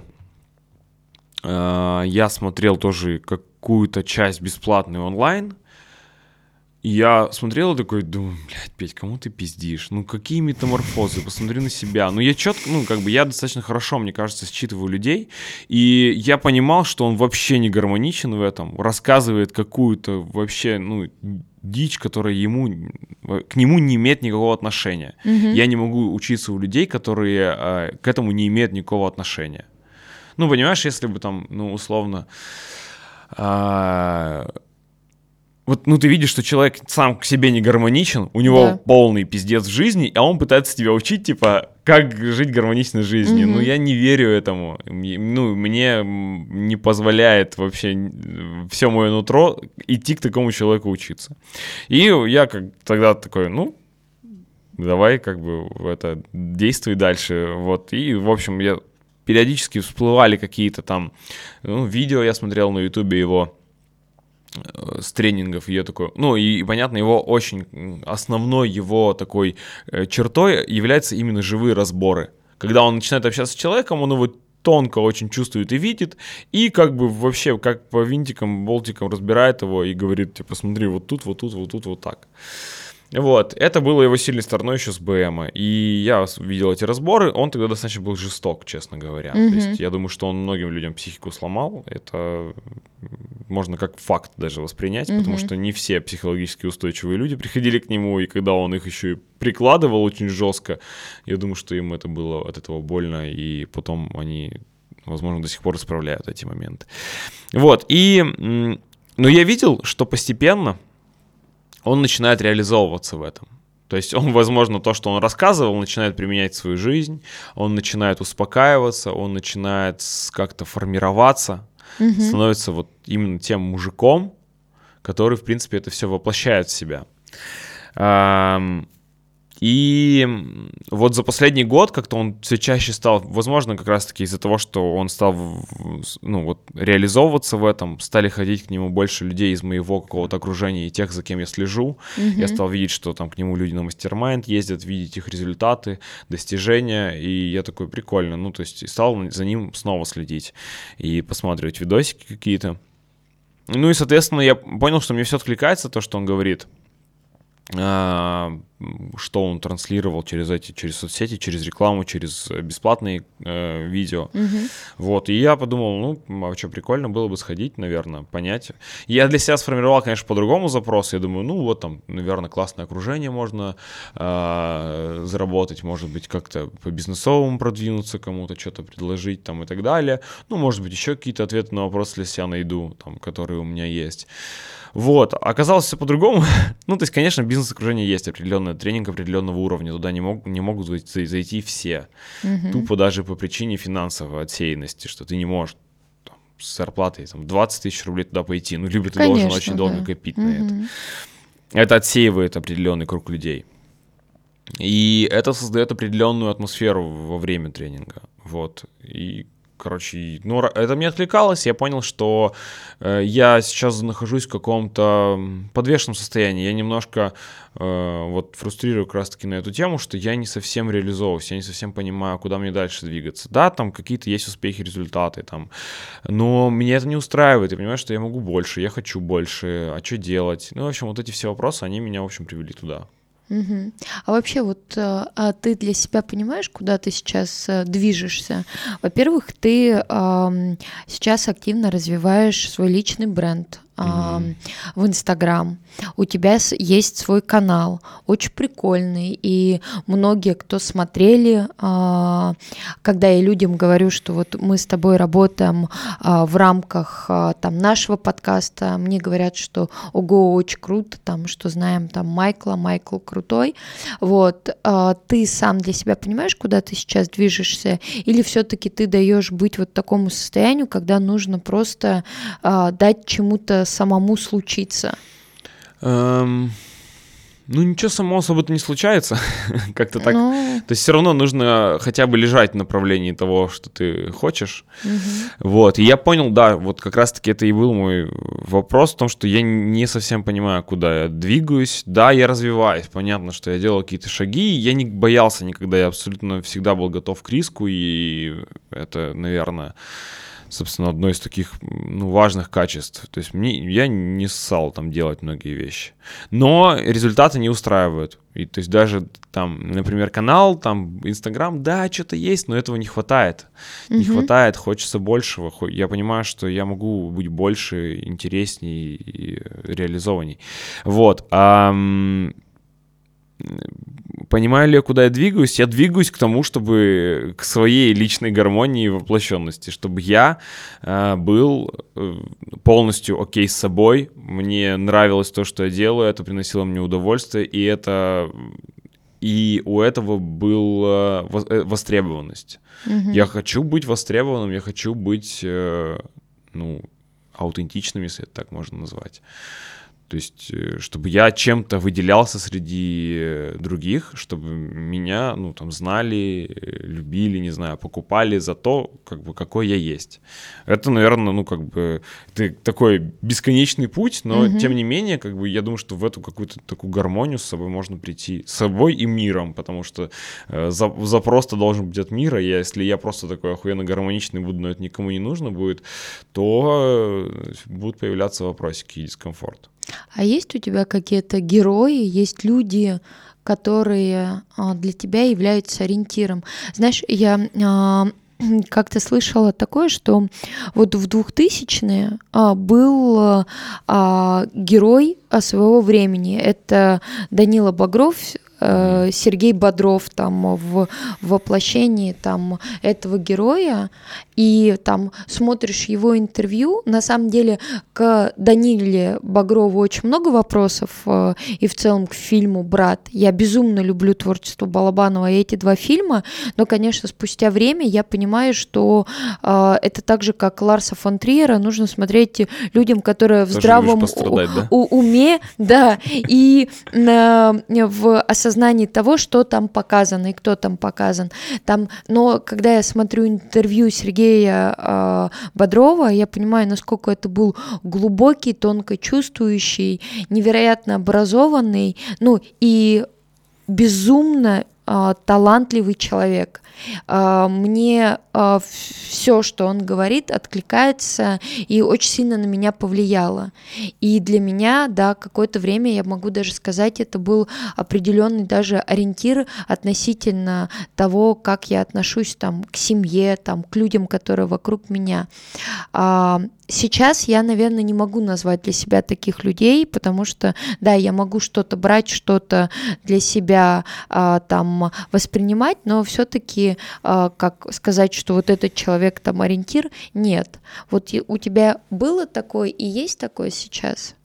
я смотрел тоже какую-то часть бесплатную онлайн. И я смотрел и такой, думаю, блядь, Петь, кому ты пиздишь? Ну, какие метаморфозы? Посмотри на себя. Ну, я четко, ну, как бы я достаточно хорошо, мне кажется, считываю людей. И я понимал, что он вообще не гармоничен в этом. Рассказывает какую-то вообще, ну, дичь, которая ему, к нему не имеет никакого отношения. Mm-hmm. Я не могу учиться у людей, которые э, к этому не имеют никакого отношения. Ну, понимаешь, если бы там, ну, условно, а, вот, ну, ты видишь, что человек сам к себе не гармоничен, у него да. полный пиздец в жизни, а он пытается тебя учить, типа, как жить гармоничной жизнью. Mm-hmm. Ну, я не верю этому. Ну, мне не позволяет вообще все мое нутро идти к такому человеку учиться. И я как тогда такой, ну, давай, как бы, это, действуй дальше. Вот, и, в общем, я периодически всплывали какие-то там, ну, видео я смотрел на ютубе его э, с тренингов, и я такой, ну, и, и понятно, его очень, основной его такой э, чертой является именно живые разборы. Когда он начинает общаться с человеком, он его тонко очень чувствует и видит, и как бы вообще как по винтикам, болтикам разбирает его и говорит, типа, смотри, вот тут, вот тут, вот тут, вот так. Вот, это было его сильной стороной еще с БМа, и я видел эти разборы, он тогда достаточно был жесток, честно говоря. Mm-hmm. То есть я думаю, что он многим людям психику сломал, это можно как факт даже воспринять, mm-hmm. потому что не все психологически устойчивые люди приходили к нему, и когда он их еще и прикладывал очень жестко, я думаю, что им это было от этого больно, и потом они, возможно, до сих пор исправляют эти моменты. Вот, и, но я видел, что постепенно он начинает реализовываться в этом. То есть он, возможно, то, что он рассказывал, начинает применять в свою жизнь, он начинает успокаиваться, он начинает как-то формироваться, mm-hmm. становится вот именно тем мужиком, который, в принципе, это все воплощает в себя. И вот за последний год как-то он все чаще стал, возможно, как раз-таки из-за того, что он стал, ну, вот, реализовываться в этом, стали ходить к нему больше людей из моего какого-то окружения и тех, за кем я слежу. Mm-hmm. Я стал видеть, что там к нему люди на мастер-майнд ездят, видеть их результаты, достижения, и я такой, прикольно, ну, то есть стал за ним снова следить и посматривать видосики какие-то. Ну и, соответственно, я понял, что мне все откликается, то, что он говорит, что он транслировал через эти, через соцсети, через рекламу, через бесплатные э, видео. Mm-hmm. Вот, и я подумал, ну, а что, прикольно было бы сходить, наверное, понять. Я для себя сформировал, конечно, по-другому запрос. Я думаю, ну, вот там, наверное, классное окружение можно э, заработать, может быть, как-то по бизнесовому продвинуться, кому-то что-то предложить там и так далее. Ну, может быть, еще какие-то ответы на вопросы для себя найду, там, которые у меня есть. Вот, оказалось все по-другому. Ну, то есть, конечно, бизнес-окружение есть определенный тренинг определенного уровня, туда не, мог, не могут зайти все. Mm-hmm. Тупо даже по причине финансовой отсеянности, что ты не можешь там, с зарплатой там, двадцать тысяч рублей туда пойти, ну, либо ты конечно, должен очень да. долго копить mm-hmm. на это. Это отсеивает определенный круг людей. И это создает определенную атмосферу во время тренинга. Вот, и короче, ну, это мне откликалось, я понял, что э, я сейчас нахожусь в каком-то подвешенном состоянии, я немножко э, вот фрустрирую как раз-таки на эту тему, что я не совсем реализовываюсь, я не совсем понимаю, куда мне дальше двигаться. Да, там какие-то есть успехи, результаты, там, но меня это не устраивает, я понимаю, что я могу больше, я хочу больше, а что делать? Ну, в общем, вот эти все вопросы, они меня, в общем, привели туда. Угу. А вообще вот а ты для себя понимаешь, куда ты сейчас а, движешься? Во-первых, ты а, сейчас активно развиваешь свой личный бренд а, mm-hmm. в Инстаграм. У тебя есть свой канал, очень прикольный, и многие, кто смотрели, а, когда я людям говорю, что вот мы с тобой работаем а, в рамках а, там нашего подкаста, мне говорят, что ого, очень круто, там, что знаем там Майкла, Майкл крутой. Вот, а, ты сам для себя понимаешь, куда ты сейчас движешься, или все-таки ты даешь быть вот такому состоянию, когда нужно просто а, дать чему-то самому случиться? Um... Ну, ничего самого особо-то не случается, как-то так. Ну... То есть все равно нужно хотя бы лежать в направлении того, что ты хочешь. Угу. Вот, и я понял, да, вот как раз-таки это и был мой вопрос в том, что я не совсем понимаю, куда я двигаюсь. Да, я развиваюсь, понятно, что я делал какие-то шаги, я не боялся никогда, я абсолютно всегда был готов к риску, и это, наверное... собственно, одно из таких, ну, важных качеств. То есть мне, я не ссал там делать многие вещи. Но результаты не устраивают. И, то есть даже там, например, канал, там, Инстаграм, да, что-то есть, но этого не хватает. Mm-hmm. Не хватает, хочется большего. Я понимаю, что я могу быть больше, интересней и реализованней. Вот. А, понимаю ли я, куда я двигаюсь? Я двигаюсь к тому, чтобы к своей личной гармонии и воплощенности, чтобы я э, был полностью окей с собой, мне нравилось то, что я делаю, это приносило мне удовольствие, и это и у этого была востребованность. Mm-hmm. Я хочу быть востребованным, я хочу быть, э, ну, аутентичным, если это так можно назвать. То есть, чтобы я чем-то выделялся среди других, чтобы меня, ну, там, знали, любили, не знаю, покупали за то, как бы, какой я есть. Это, наверное, ну, как бы, это такой бесконечный путь, но, mm-hmm. тем не менее, как бы, я думаю, что в эту какую-то такую гармонию с собой можно прийти. С собой и миром, потому что э, запрос-то должен быть от мира, и если я просто такой охуенно гармоничный буду, но это никому не нужно будет, то будут появляться вопросики и дискомфорт. А есть у тебя какие-то герои, есть люди, которые для тебя являются ориентиром? Знаешь, я как-то слышала такое, что вот в двухтысячные был герой своего времени. Это Данила Багров, Сергей Бодров там в воплощении там этого героя, и там смотришь его интервью, на самом деле к Даниле Багрову очень много вопросов, и в целом к фильму «Брат». Я безумно люблю творчество Балабанова и эти два фильма, но, конечно, спустя время я понимаю, что э, это так же, как Ларса фон Триера, нужно смотреть людям, которые в тоже здравом у- да? у- уме, да, и э, в осознании того, что там показано и кто там показан. Там, но когда я смотрю интервью Сергея э, Бодрова, я понимаю, насколько это был глубокий, тонко чувствующий, невероятно образованный, ну и безумно э, талантливый человек. Э, мне э, все, что он говорит, откликается и очень сильно на меня повлияло. И для меня, да, какое-то время, я могу даже сказать, это был определенный даже ориентир относительно того, как я отношусь там к семье, там, к людям, которые вокруг меня. А, сейчас я, наверное, не могу назвать для себя таких людей, потому что, да, я могу что-то брать, что-то для себя а, там воспринимать, но все-таки, а, как сказать, что вот этот человек там ориентир, нет. Вот у тебя было такое и есть такое сейчас?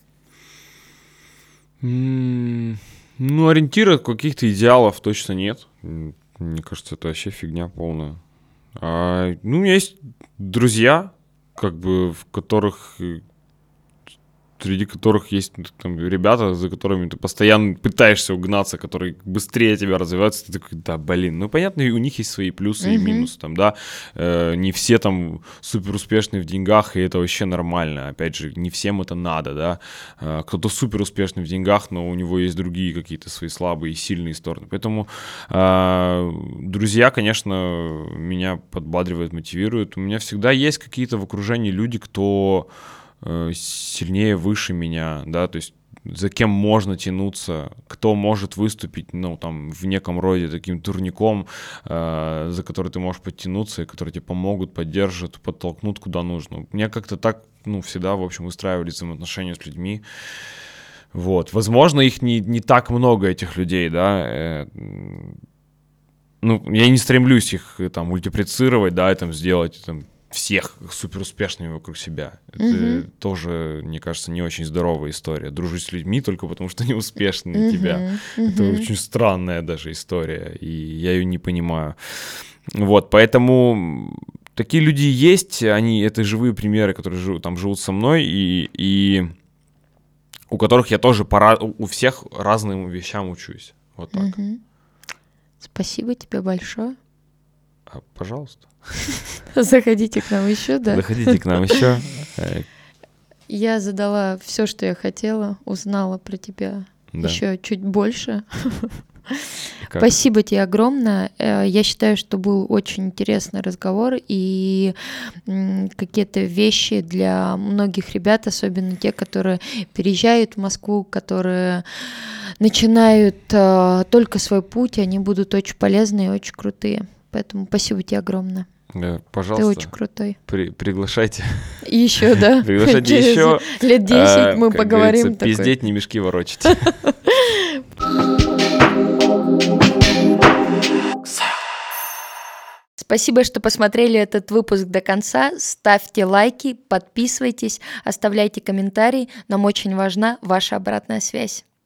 Mm, ну, ориентира каких-то идеалов точно нет. Мне кажется, это вообще фигня полная. А, ну, у меня есть друзья, как бы, в которых, среди которых есть там ребята, за которыми ты постоянно пытаешься угнаться, которые быстрее тебя развиваются, ты такой, да, блин, ну, понятно, и у них есть свои плюсы mm-hmm. и минусы, там, да, э, не все там супер успешные в деньгах, и это вообще нормально, опять же, не всем это надо, да, э, кто-то супер успешный в деньгах, но у него есть другие какие-то свои слабые и сильные стороны, поэтому э, друзья, конечно, меня подбадривают, мотивируют, у меня всегда есть какие-то в окружении люди, кто сильнее, выше меня, да, то есть за кем можно тянуться, кто может выступить, ну, там, в неком роде таким турником, э, за который ты можешь подтянуться, и которые тебе помогут, поддержат, подтолкнут куда нужно. У меня как-то так, ну, всегда, в общем, выстраивались взаимоотношения с людьми. Вот. Возможно, их не, не так много, этих людей, да, э, ну, я не стремлюсь их, там, мультиплицировать, да, и там, сделать, там, всех супер успешными вокруг себя. Это mm-hmm. тоже, мне кажется, не очень здоровая история. Дружить с людьми только потому, что они успешнее mm-hmm. тебя. Mm-hmm. Это очень странная даже история, и я ее не понимаю. Вот, поэтому такие люди есть, они, это живые примеры, которые живут, там живут со мной, и, и у которых я тоже пора, у всех разным вещам учусь. Вот так. Mm-hmm. Спасибо тебе большое. А, пожалуйста. Заходите к нам еще, да? Заходите к нам еще. Я задала все, что я хотела, узнала про тебя да. еще чуть больше. Как? Спасибо тебе огромное. Я считаю, что был очень интересный разговор, и какие-то вещи для многих ребят, особенно те, которые переезжают в Москву, которые начинают только свой путь, они будут очень полезные и очень крутые. Поэтому спасибо тебе огромное. Да, пожалуйста. Ты очень крутой. При, приглашайте. Еще, да. Приглашайте еще. Лет десять мы поговорим. Пиздеть, не мешки ворочать. Спасибо, что посмотрели этот выпуск до конца. Ставьте лайки, подписывайтесь, оставляйте комментарии. Нам очень важна ваша обратная связь.